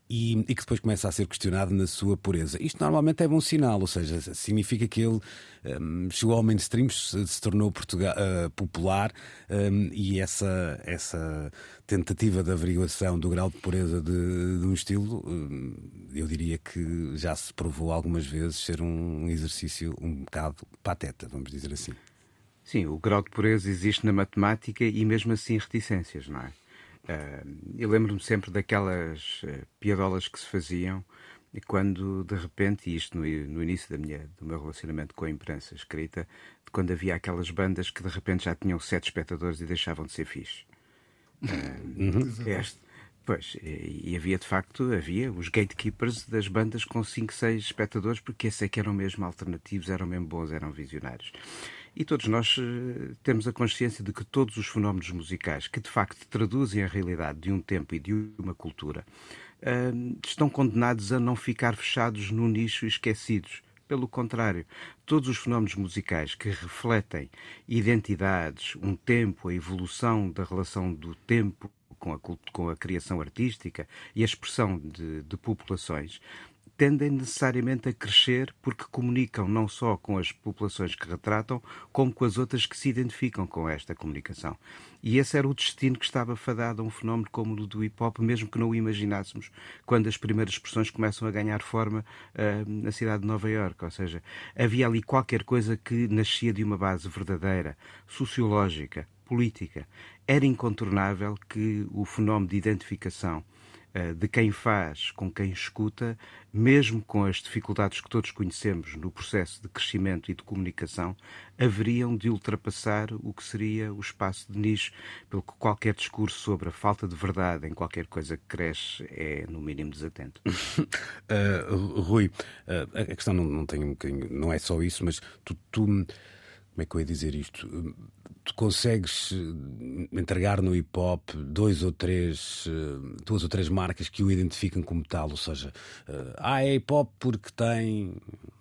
e, e que depois começa a ser questionado na sua pureza. Isto normalmente é bom sinal, ou seja, significa que ele um, chegou ao mainstream, se, se tornou Portugal, uh, popular, um, e essa, essa tentativa de averiguação do grau de pureza de, de um estilo, um, eu diria que já se provou algumas vezes ser um exercício um bocado pateta, vamos dizer assim. Sim, o grau de pureza existe na matemática e mesmo assim reticências, não é? Uh, eu lembro-me sempre daquelas uh, piadolas que se faziam quando, de repente, e isto no, no início da minha, do meu relacionamento com a imprensa escrita, de quando havia aquelas bandas que de repente já tinham sete espectadores e deixavam de ser fixe. Uh, uhum. este, pois, e, e havia de facto, havia os gatekeepers das bandas com cinco, seis espectadores, porque esses é que eram mesmo alternativos, eram mesmo bons, eram visionários. E todos nós uh, temos a consciência de que todos os fenómenos musicais que de facto traduzem a realidade de um tempo e de uma cultura uh, estão condenados a não ficar fechados num nicho e esquecidos. Pelo contrário, todos os fenómenos musicais que refletem identidades, um tempo, a evolução da relação do tempo com a, com a criação artística e a expressão de, de populações, tendem necessariamente a crescer porque comunicam não só com as populações que retratam, como com as outras que se identificam com esta comunicação. E esse era o destino que estava fadado a um fenómeno como o do hip-hop, mesmo que não o imaginássemos, quando as primeiras expressões começam a ganhar forma uh, na cidade de Nova Iorque. Ou seja, havia ali qualquer coisa que nascia de uma base verdadeira, sociológica, política. Era incontornável que o fenómeno de identificação de quem faz, com quem escuta, mesmo com as dificuldades que todos conhecemos no processo de crescimento e de comunicação, haveriam de ultrapassar o que seria o espaço de nicho, pelo que qualquer discurso sobre a falta de verdade em qualquer coisa que cresce é, no mínimo, desatento. uh, Rui, uh, a questão não, não, tem um bocadinho, não é só isso, mas tu... tu como é que eu ia dizer isto? Tu consegues entregar no hip-hop dois ou três, duas ou três marcas que o identificam como tal, ou seja, ah, é hip-hop porque tem...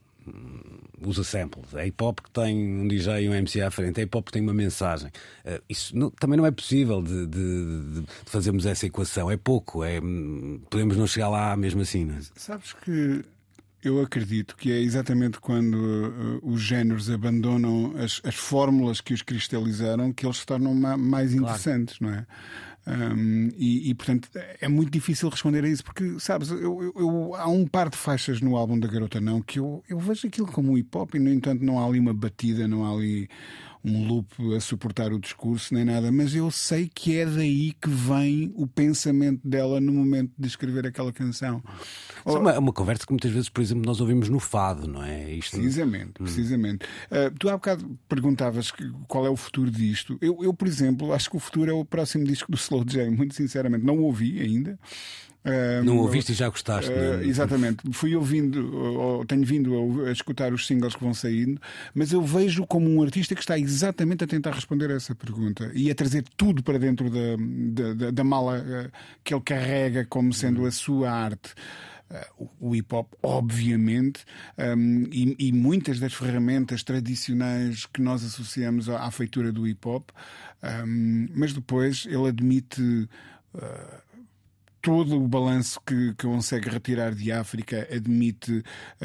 usa samples, é hip-hop que tem um D J e um M C à frente, é hip-hop que tem uma mensagem. Isso não, também não é possível de, de, de fazermos essa equação, é pouco, é, podemos não chegar lá mesmo assim, não é? Sabes que eu acredito que é exatamente quando uh, os géneros abandonam as, as fórmulas que os cristalizaram que eles se tornam ma- mais interessantes, claro. Não é? Um, e, e, portanto, é muito difícil responder a isso, porque, sabes, eu, eu, eu, há um par de faixas no álbum da Garota Não que eu, eu vejo aquilo como um hip-hop e, no entanto, não há ali uma batida, não há ali um loop a suportar o discurso, nem nada, mas eu sei que é daí que vem o pensamento dela no momento de escrever aquela canção. Isso é uma, uma conversa que muitas vezes, por exemplo, nós ouvimos no fado, não é? Isto... Precisamente, precisamente. Hum. Uh, tu há bocado perguntavas que, qual é o futuro disto. Eu, eu, por exemplo, acho que o futuro é o próximo disco do Slow J, muito sinceramente. Não o ouvi ainda. Um, não ouviste e já gostaste, uh, não é? Exatamente. Fui ouvindo, ou tenho vindo a, a escutar os singles que vão saindo, mas eu vejo como um artista que está exatamente a tentar responder a essa pergunta e a trazer tudo para dentro da, da, da mala uh, que ele carrega como sendo a sua arte. Uh, o hip-hop, obviamente, um, e, e muitas das ferramentas tradicionais que nós associamos à, à feitura do hip-hop, um, mas depois ele admite uh, todo o balanço que, que consegue retirar de África, admite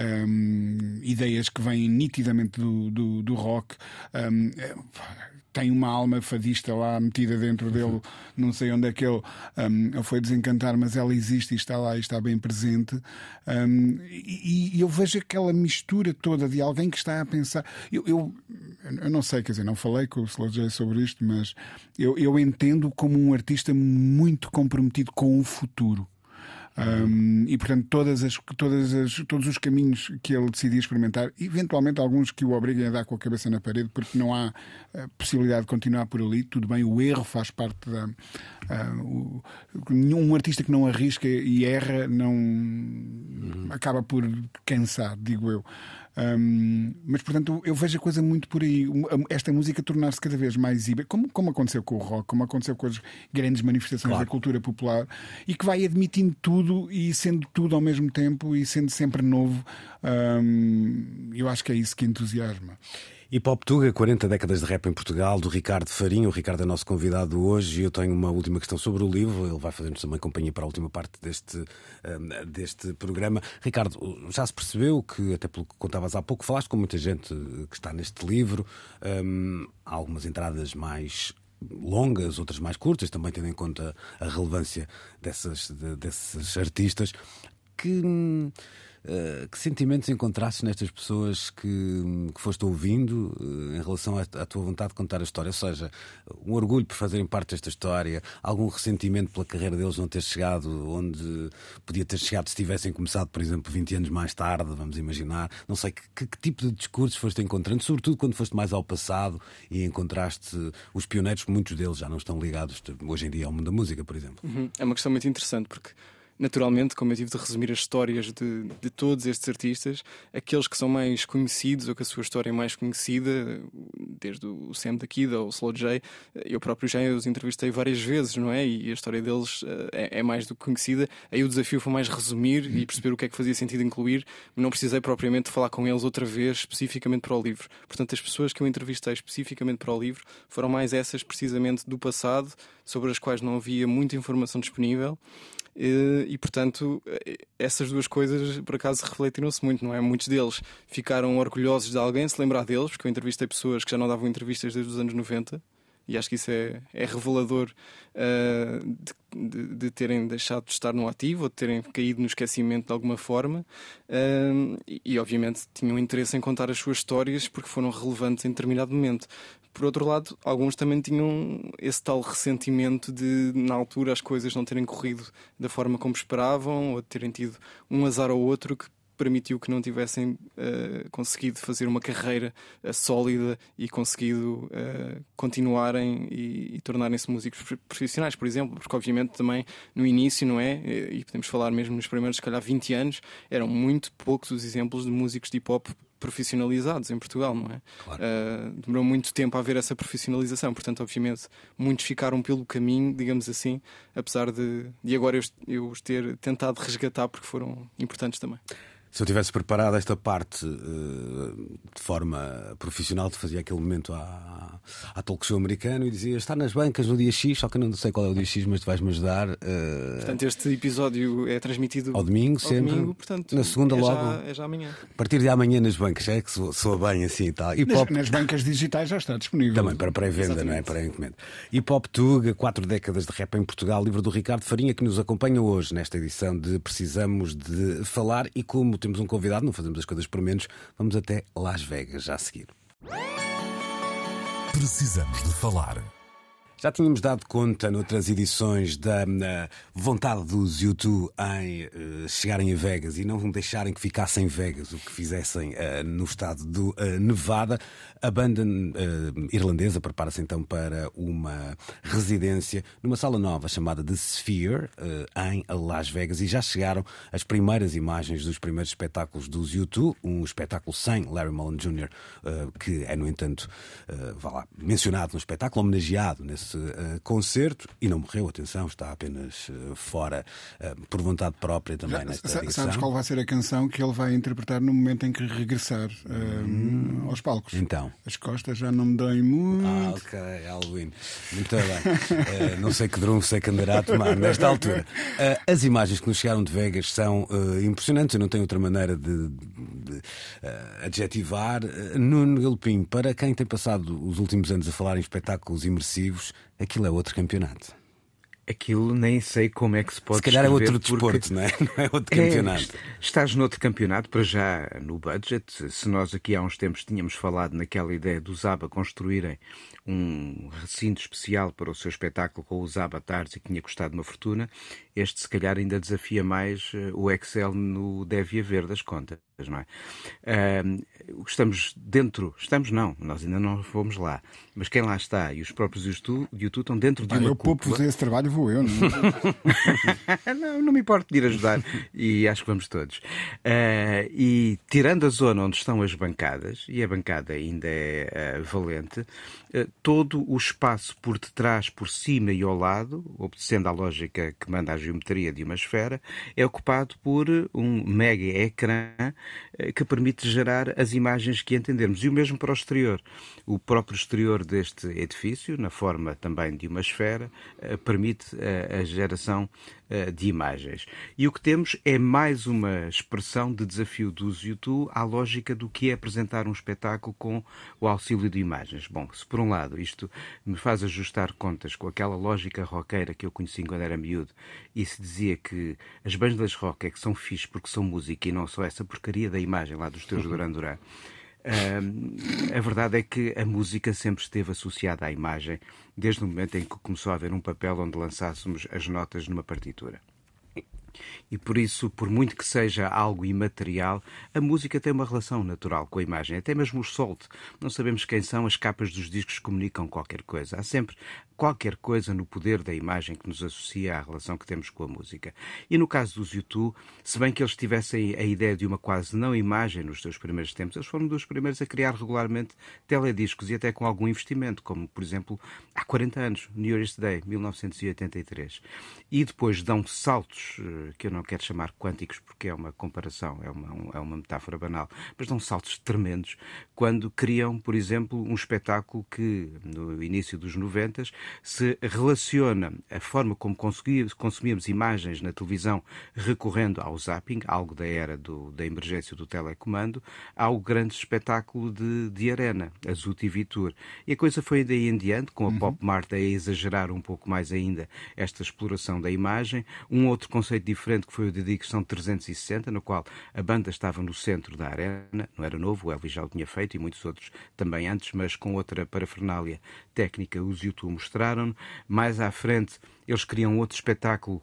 um, ideias que vêm nitidamente do, do, do rock. Um, tem uma alma fadista lá metida dentro dele, não sei onde é que ele, um, ele foi desencantar, mas ela existe e está lá e está bem presente. Um, e, e eu vejo aquela mistura toda de alguém que está a pensar. Eu, eu, eu não sei, quer dizer, não falei com o Slow J sobre isto, mas eu, eu entendo como um artista muito comprometido com o futuro. Um, e portanto todas as, todas as, todos os caminhos que ele decidia experimentar, eventualmente alguns que o obriguem a dar com a cabeça na parede porque não há uh, possibilidade de continuar por ali, tudo bem, o erro faz parte da uh, o, um artista que não arrisca e erra não uhum. acaba por cansar, digo eu. Um, mas portanto eu vejo a coisa muito por aí, esta música tornar-se cada vez mais híbrida, como, como aconteceu com o rock, como aconteceu com as grandes manifestações claro. Da cultura popular, e que vai admitindo tudo e sendo tudo ao mesmo tempo e sendo sempre novo. um, eu acho que é isso que entusiasma. Hip Hop Tuga, quarenta décadas de rap em Portugal, do Ricardo Farinha. O Ricardo é nosso convidado hoje e eu tenho uma última questão sobre o livro. Ele vai fazer-nos também companhia para a última parte deste, um, deste programa. Ricardo, já se percebeu que, até pelo que contavas há pouco, falaste com muita gente que está neste livro. Um, há algumas entradas mais longas, outras mais curtas, também tendo em conta a relevância dessas, de, desses artistas. Que... Uh, que sentimentos encontraste nestas pessoas que, que foste ouvindo uh, em relação à, à tua vontade de contar a história? Ou seja, um orgulho por fazerem parte desta história, algum ressentimento pela carreira deles não ter chegado onde podia ter chegado se tivessem começado, por exemplo, vinte anos mais tarde, vamos imaginar. Não sei, que, que, que tipo de discursos foste encontrando, sobretudo quando foste mais ao passado e encontraste os pioneiros, muitos deles já não estão ligados hoje em dia ao mundo da música, por exemplo. Uhum. É uma questão muito interessante porque, naturalmente, como eu tive de resumir as histórias de, de todos estes artistas, aqueles que são mais conhecidos ou que a sua história é mais conhecida, desde o Sam da Kid ou o Slow J, eu próprio já os entrevistei várias vezes, não é? E a história deles é, é mais do que conhecida. Aí o desafio foi mais resumir e perceber o que é que fazia sentido incluir. Não precisei propriamente falar com eles outra vez especificamente para o livro. Portanto, as pessoas que eu entrevistei especificamente para o livro foram mais essas precisamente do passado, sobre as quais não havia muita informação disponível. E, e, portanto, essas duas coisas por acaso refletiram-se muito, não é? Muitos deles ficaram orgulhosos de alguém se lembrar deles, porque eu entrevistei pessoas que já não davam entrevistas desde os anos noventa e acho que isso é, é revelador uh, de, de, de terem deixado de estar no ativo ou de terem caído no esquecimento de alguma forma, uh, e, e obviamente tinham interesse em contar as suas histórias porque foram relevantes em determinado momento. Por outro lado, alguns também tinham esse tal ressentimento de, na altura, as coisas não terem corrido da forma como esperavam ou de terem tido um azar ou outro que permitiu que não tivessem uh, conseguido fazer uma carreira uh, sólida e conseguido uh, continuarem e, e tornarem-se músicos profissionais, por exemplo, porque obviamente também no início, não é? E podemos falar mesmo nos primeiros, se calhar, vinte anos, eram muito poucos os exemplos de músicos de hip-hop profissionalizados em Portugal, não é? Claro. Uh, demorou muito tempo a haver essa profissionalização, portanto, obviamente, muitos ficaram pelo caminho, digamos assim, apesar de, de agora eu, eu os ter tentado resgatar porque foram importantes também. Se eu tivesse preparado esta parte uh, de forma profissional, te fazia aquele momento à, à talk show americano e dizia: está nas bancas no dia X, só que eu não sei qual é o dia X, mas tu vais-me ajudar. Uh, portanto, este episódio é transmitido ao domingo, ao sempre. Domingo, portanto, na segunda é logo. Já, é já amanhã. A partir de amanhã nas bancas, é que soa, soa bem assim e tal. Nas, nas bancas digitais já está disponível. Também para pré-venda, não é? Para encomenda. Hip Hop Tuga, quatro décadas de rap em Portugal, livro do Ricardo Farinha, que nos acompanha hoje nesta edição de Precisamos de Falar. E como temos um convidado, não fazemos as coisas por menos, vamos até Las Vegas já a seguir. Precisamos de Falar. Já tínhamos dado conta noutras edições da uh, vontade dos U dois em uh, chegarem a Vegas e não deixarem que ficassem em Vegas o que fizessem uh, no estado do uh, Nevada. A banda uh, irlandesa prepara-se então para uma residência numa sala nova chamada The Sphere, uh, em Las Vegas, e já chegaram as primeiras imagens dos primeiros espetáculos dos U dois, um espetáculo sem Larry Mullen Júnior, uh, que é, no entanto, uh, vá lá, mencionado no espetáculo, homenageado nesse Uh, concerto, e não morreu, atenção, está apenas uh, fora uh, por vontade própria também. Já, nesta edição. Sabes qual vai ser a canção que ele vai interpretar no momento em que regressar uh, hum, aos palcos? Então. As costas já não me doem muito. Ah, ok, Halloween. Muito bem. uh, não sei que drum sei que andará a tomar nesta altura. Uh, as imagens que nos chegaram de Vegas são uh, impressionantes, eu não tenho outra maneira de, de uh, adjetivar. Uh, Nuno Galopim, para quem tem passado os últimos anos a falar em espetáculos imersivos, aquilo é outro campeonato. Aquilo nem sei como é que se pode Se calhar é outro porque... desporto, não é? Não é outro campeonato. É, estás noutro campeonato, para já no budget. Se nós aqui há uns tempos tínhamos falado naquela ideia dos ABBA construírem um recinto especial para o seu espetáculo com os avatares e que tinha custado uma fortuna, este se calhar ainda desafia mais o Excel no deve haver das contas, não é? Uh, estamos dentro, estamos não, nós ainda não fomos lá, mas quem lá está e os próprios YouTube, YouTube estão dentro de ah, uma eu cúpula. Poupo esse trabalho, vou eu, não é? não, não me importo de ir ajudar e acho que vamos todos. Uh, e tirando a zona onde estão as bancadas, e a bancada ainda é uh, valente, uh, todo o espaço por detrás, por cima e ao lado, obedecendo à lógica que manda a geometria de uma esfera, é ocupado por um mega ecrã que permite gerar as imagens que entendermos. E o mesmo para o exterior. O próprio exterior deste edifício, na forma também de uma esfera, permite a geração de imagens. E o que temos é mais uma expressão de desafio dos U dois à lógica do que é apresentar um espetáculo com o auxílio de imagens. Bom, se por um lado isto me faz ajustar contas com aquela lógica roqueira que eu conheci quando era miúdo, e se dizia que as bandas rock é que são fixe porque são música e não só essa porcaria da imagem lá dos teus Duran Duran. Uh, a verdade é que a música sempre esteve associada à imagem, desde o momento em que começou a haver um papel onde lançássemos as notas numa partitura. E por isso, por muito que seja algo imaterial, a música tem uma relação natural com a imagem. Até mesmo os Salt, não sabemos quem são, as capas dos discos comunicam qualquer coisa. Há sempre qualquer coisa no poder da imagem que nos associa à relação que temos com a música. E no caso dos U dois, se bem que eles tivessem a ideia de uma quase não imagem nos seus primeiros tempos, eles foram dos primeiros a criar regularmente telediscos e até com algum investimento, como, por exemplo, há quarenta anos, New Year's Day, mil novecentos e oitenta e três. E depois dão saltos, que eu não quero chamar quânticos porque é uma comparação, é uma, é uma metáfora banal, mas dão saltos tremendos quando criam, por exemplo, um espetáculo que, no início dos noventas, se relaciona a forma como consumíamos imagens na televisão recorrendo ao zapping, algo da era do, da emergência do telecomando, ao grande espetáculo de, de arena, a Zoo T V Tour. E a coisa foi daí em diante, com a uhum. Pop Mart a exagerar um pouco mais ainda esta exploração da imagem. Um outro conceito diferente que foi o de Digressão trezentos e sessenta, no qual a banda estava no centro da arena, não era novo, o Elvis já o tinha feito e muitos outros também antes, mas com outra parafernália técnica os U dois mostraram. Mais à frente eles criam outro espetáculo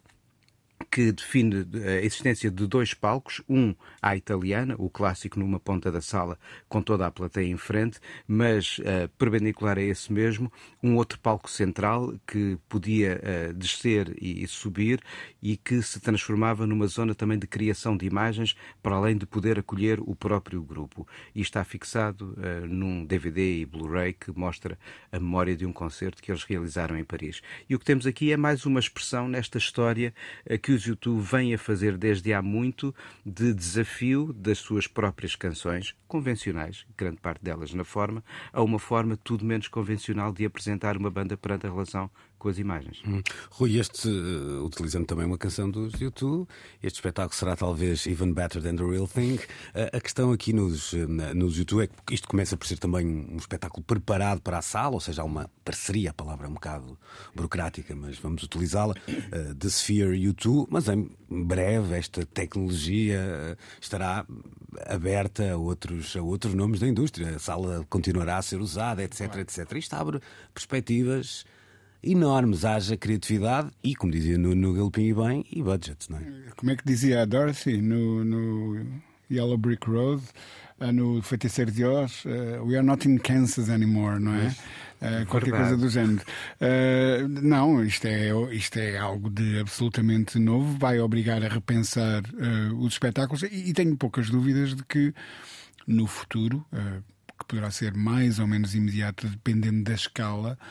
que define a existência de dois palcos, um à italiana, o clássico numa ponta da sala com toda a plateia em frente, mas uh, perpendicular a esse mesmo, um outro palco central que podia uh, descer e, e subir e que se transformava numa zona também de criação de imagens, para além de poder acolher o próprio grupo. E está fixado uh, num D V D e Blu-ray que mostra a memória de um concerto que eles realizaram em Paris. E o que temos aqui é mais uma expressão nesta história uh, que os U dois vêm a fazer desde há muito de desafio das suas próprias canções, convencionais, grande parte delas na forma, a uma forma tudo menos convencional de apresentar uma banda perante a relação com as imagens. Hum. Rui, este, uh, utilizando também uma canção dos U dois, este espetáculo será talvez Even Better Than The Real Thing. Uh, a questão aqui nos, uh, nos U dois é que isto começa por ser também um espetáculo preparado para a sala, ou seja, há uma parceria, a palavra é um bocado burocrática, mas vamos utilizá-la, uh, The Sphere U dois, mas em breve esta tecnologia uh, estará aberta a outros, a outros nomes da indústria, a sala continuará a ser usada, etc, etcétera. Isto abre perspectivas enormes, haja criatividade e, como dizia no, no Galpim bem, e budget, não é? Como é que dizia a Dorothy no, no Yellow Brick Road, uh, no Feiticeiro de Oz, uh, we are not in Kansas anymore, não é? Uh, qualquer coisa do género. Uh, não, isto é, isto é algo de absolutamente novo, vai obrigar a repensar uh, os espetáculos e, e tenho poucas dúvidas de que no futuro, uh, que poderá ser mais ou menos imediato, dependendo da escala,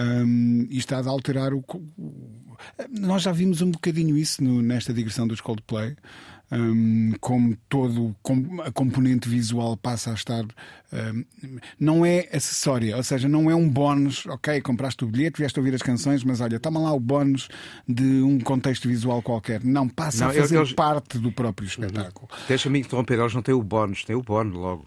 um, e está a alterar o... Nós já vimos um bocadinho isso no, nesta digressão dos Coldplay, um, como todo como a componente visual passa a estar... Um, não é acessória, ou seja, não é um bónus, ok, compraste o bilhete, vieste ouvir as canções, mas olha, toma lá o bónus de um contexto visual qualquer. Não, passa não, a fazer eles... parte do próprio espetáculo. Deixa-me interromper, eles não têm o bónus, têm o bónus logo.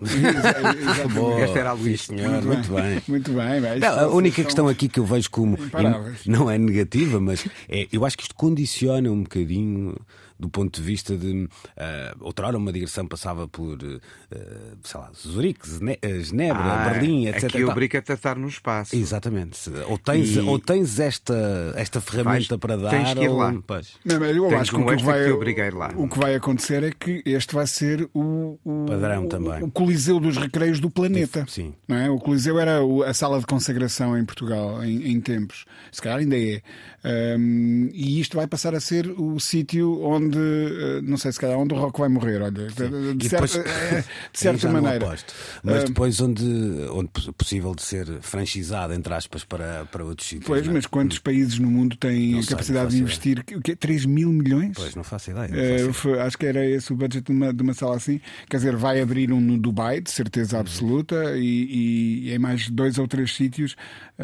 Boa, esta era a Luís. Senhor, muito bem. bem. Muito bem. bem. Não, a única questão aqui que eu vejo como não é negativa, mas é, eu acho que isto condiciona um bocadinho do ponto de vista de uh, outrora uma digressão passava por uh, sei lá, Zurique, Genebra, ah, Berlim, etcétera. Aqui obriga-te a estar no espaço. Exatamente. Ou tens, e... ou tens esta, esta ferramenta Vais, para dar tens que ir lá. Ou... Não, eu tens acho que um o que, vai, que lá. o que vai acontecer é que este vai ser o, o padrão o, também. O Coliseu dos Recreios do planeta. Sim. Não é? O Coliseu era a sala de consagração em Portugal em, em tempos. Se calhar ainda é. Um, e isto vai passar a ser o sítio onde onde, não sei se calhar, onde o rock vai morrer, olha, de, de, depois, certa, de certa maneira. Mas depois onde, onde possível de ser franchizado, entre aspas, para, para outros sítios. Pois, não é? mas quantos países no mundo têm Não a sei, capacidade não de faço investir? O quê? três mil milhões? Pois, não faço ideia. Não Uh, faço ideia. foi, acho que era esse o budget de uma, de uma sala assim. Quer dizer, vai abrir um no Dubai, de certeza absoluta, e, e em mais dois ou três sítios,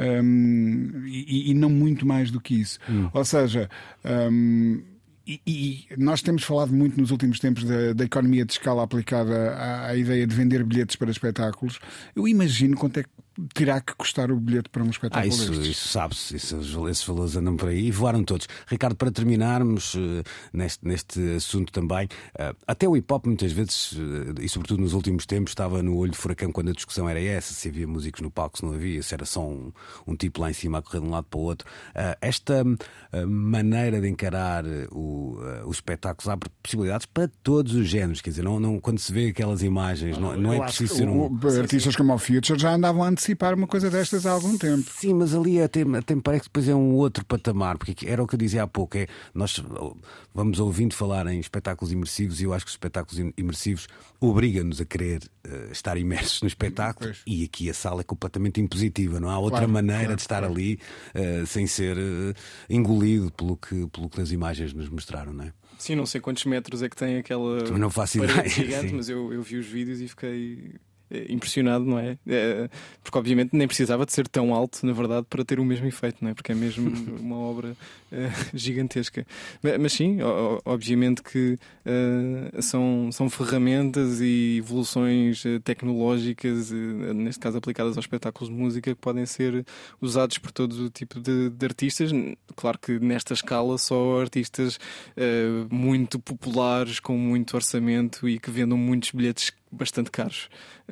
um, e, e não muito mais do que isso. Hum. Ou seja. Um, E, e nós temos falado muito nos últimos tempos da, da economia de escala aplicada à, à ideia de vender bilhetes para espetáculos. Eu imagino quanto é que terá que custar o bilhete para um espetáculo Ah, isso, destes. isso sabe-se, isso, esses valores andam por aí e voaram todos. Ricardo, para terminarmos uh, neste, neste assunto também, uh, até o hip-hop muitas vezes, uh, e sobretudo nos últimos tempos, estava no olho do furacão quando a discussão era essa, se havia músicos no palco, se não havia, se era só um, um tipo lá em cima a correr de um lado para o outro. Uh, esta uh, maneira de encarar o, uh, os espetáculos abre possibilidades para todos os géneros, quer dizer, não, não, quando se vê aquelas imagens, não, não é preciso ser um... O, artistas como o Future já andavam a antecipar uma coisa destas há algum tempo. Sim, mas ali até, até me parece que depois é um outro patamar, porque era o que eu dizia há pouco, é, nós vamos ouvindo falar em espetáculos imersivos e eu acho que os espetáculos imersivos obrigam-nos a querer uh, estar imersos no espetáculo, pois. E aqui a sala é completamente impositiva, não há outra claro, maneira claro, de estar claro. ali uh, sem ser uh, engolido pelo que, pelo que as imagens nos mostraram, não é? Sim, não sei quantos metros é que tem aquela não faço parede ideia, gigante, sim. mas eu, eu vi os vídeos e fiquei impressionado, não é? É? Porque obviamente nem precisava de ser tão alto, na verdade, para ter o mesmo efeito, não é? Porque é mesmo uma obra é, gigantesca. Mas sim, obviamente que uh, são, são ferramentas e evoluções tecnológicas, neste caso aplicadas aos espetáculos de música, que podem ser usados por todo o tipo de, de artistas. Claro que nesta escala só artistas uh, muito populares, com muito orçamento e que vendam muitos bilhetes bastante caros.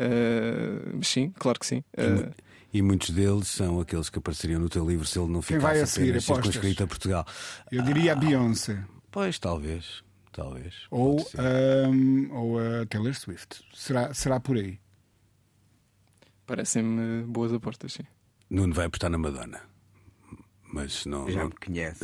Uh, mas sim, claro que sim. Uh... E, e muitos deles são aqueles que apareceriam no teu livro se ele não ficasse vai a seguir, apenas circunscrito a Portugal. Eu diria ah, a Beyoncé. Pois, talvez. Talvez. Ou, um, ou a Taylor Swift. Será, será por aí? Parecem-me boas apostas, sim. Nuno vai apostar na Madonna. Mas não. Já não... me conhece.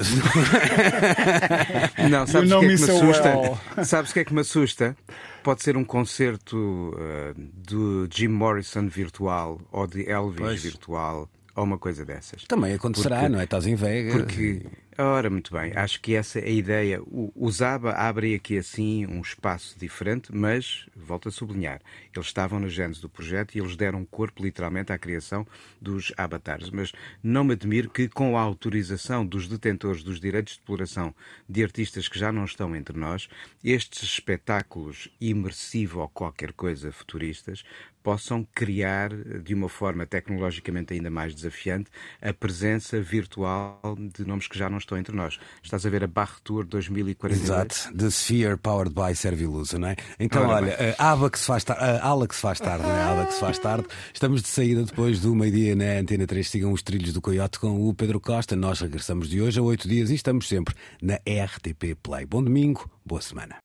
Não, sabes o que é que me assusta? Well. Sabes o que é que me assusta? Pode ser um concerto uh, do Jim Morrison virtual ou de Elvis pois. virtual ou uma coisa dessas. Também acontecerá, porque, não é? Estás em Vegas. Porque, ora, muito bem, acho que essa é a ideia. O, o Zaba abre aqui assim um espaço diferente, mas, volto a sublinhar, eles estavam na gênese do projeto e eles deram corpo literalmente à criação dos avatares. Mas não me admiro que, com a autorização dos detentores dos direitos de exploração de artistas que já não estão entre nós, estes espetáculos imersivo ou qualquer coisa futuristas possam criar, de uma forma tecnologicamente ainda mais desafiante, a presença virtual de nomes que já não estão entre nós. Estás a ver a Barre Tour dois mil e quarenta e dois? Exato, The Sphere Powered by Servilusa, não é? Então, Ora, olha, a aba que se faz tarde, a ala que se faz tarde, não é? A ala que se faz tarde. Estamos de saída depois do meio-dia na Antena três. Sigam os trilhos do Coiote com o Pedro Costa. Nós regressamos de hoje a oito dias e estamos sempre na R T P Play. Bom domingo, boa semana.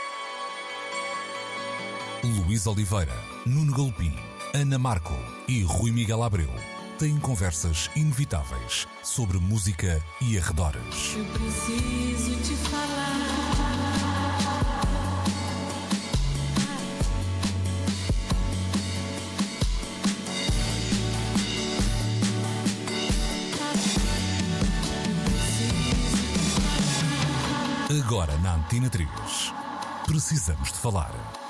Luís Oliveira, Nuno Galopim, Ana Marco e Rui Miguel Abreu têm conversas inevitáveis sobre música e arredores. Eu preciso te falar. Agora na Antena três. Precisamos de falar.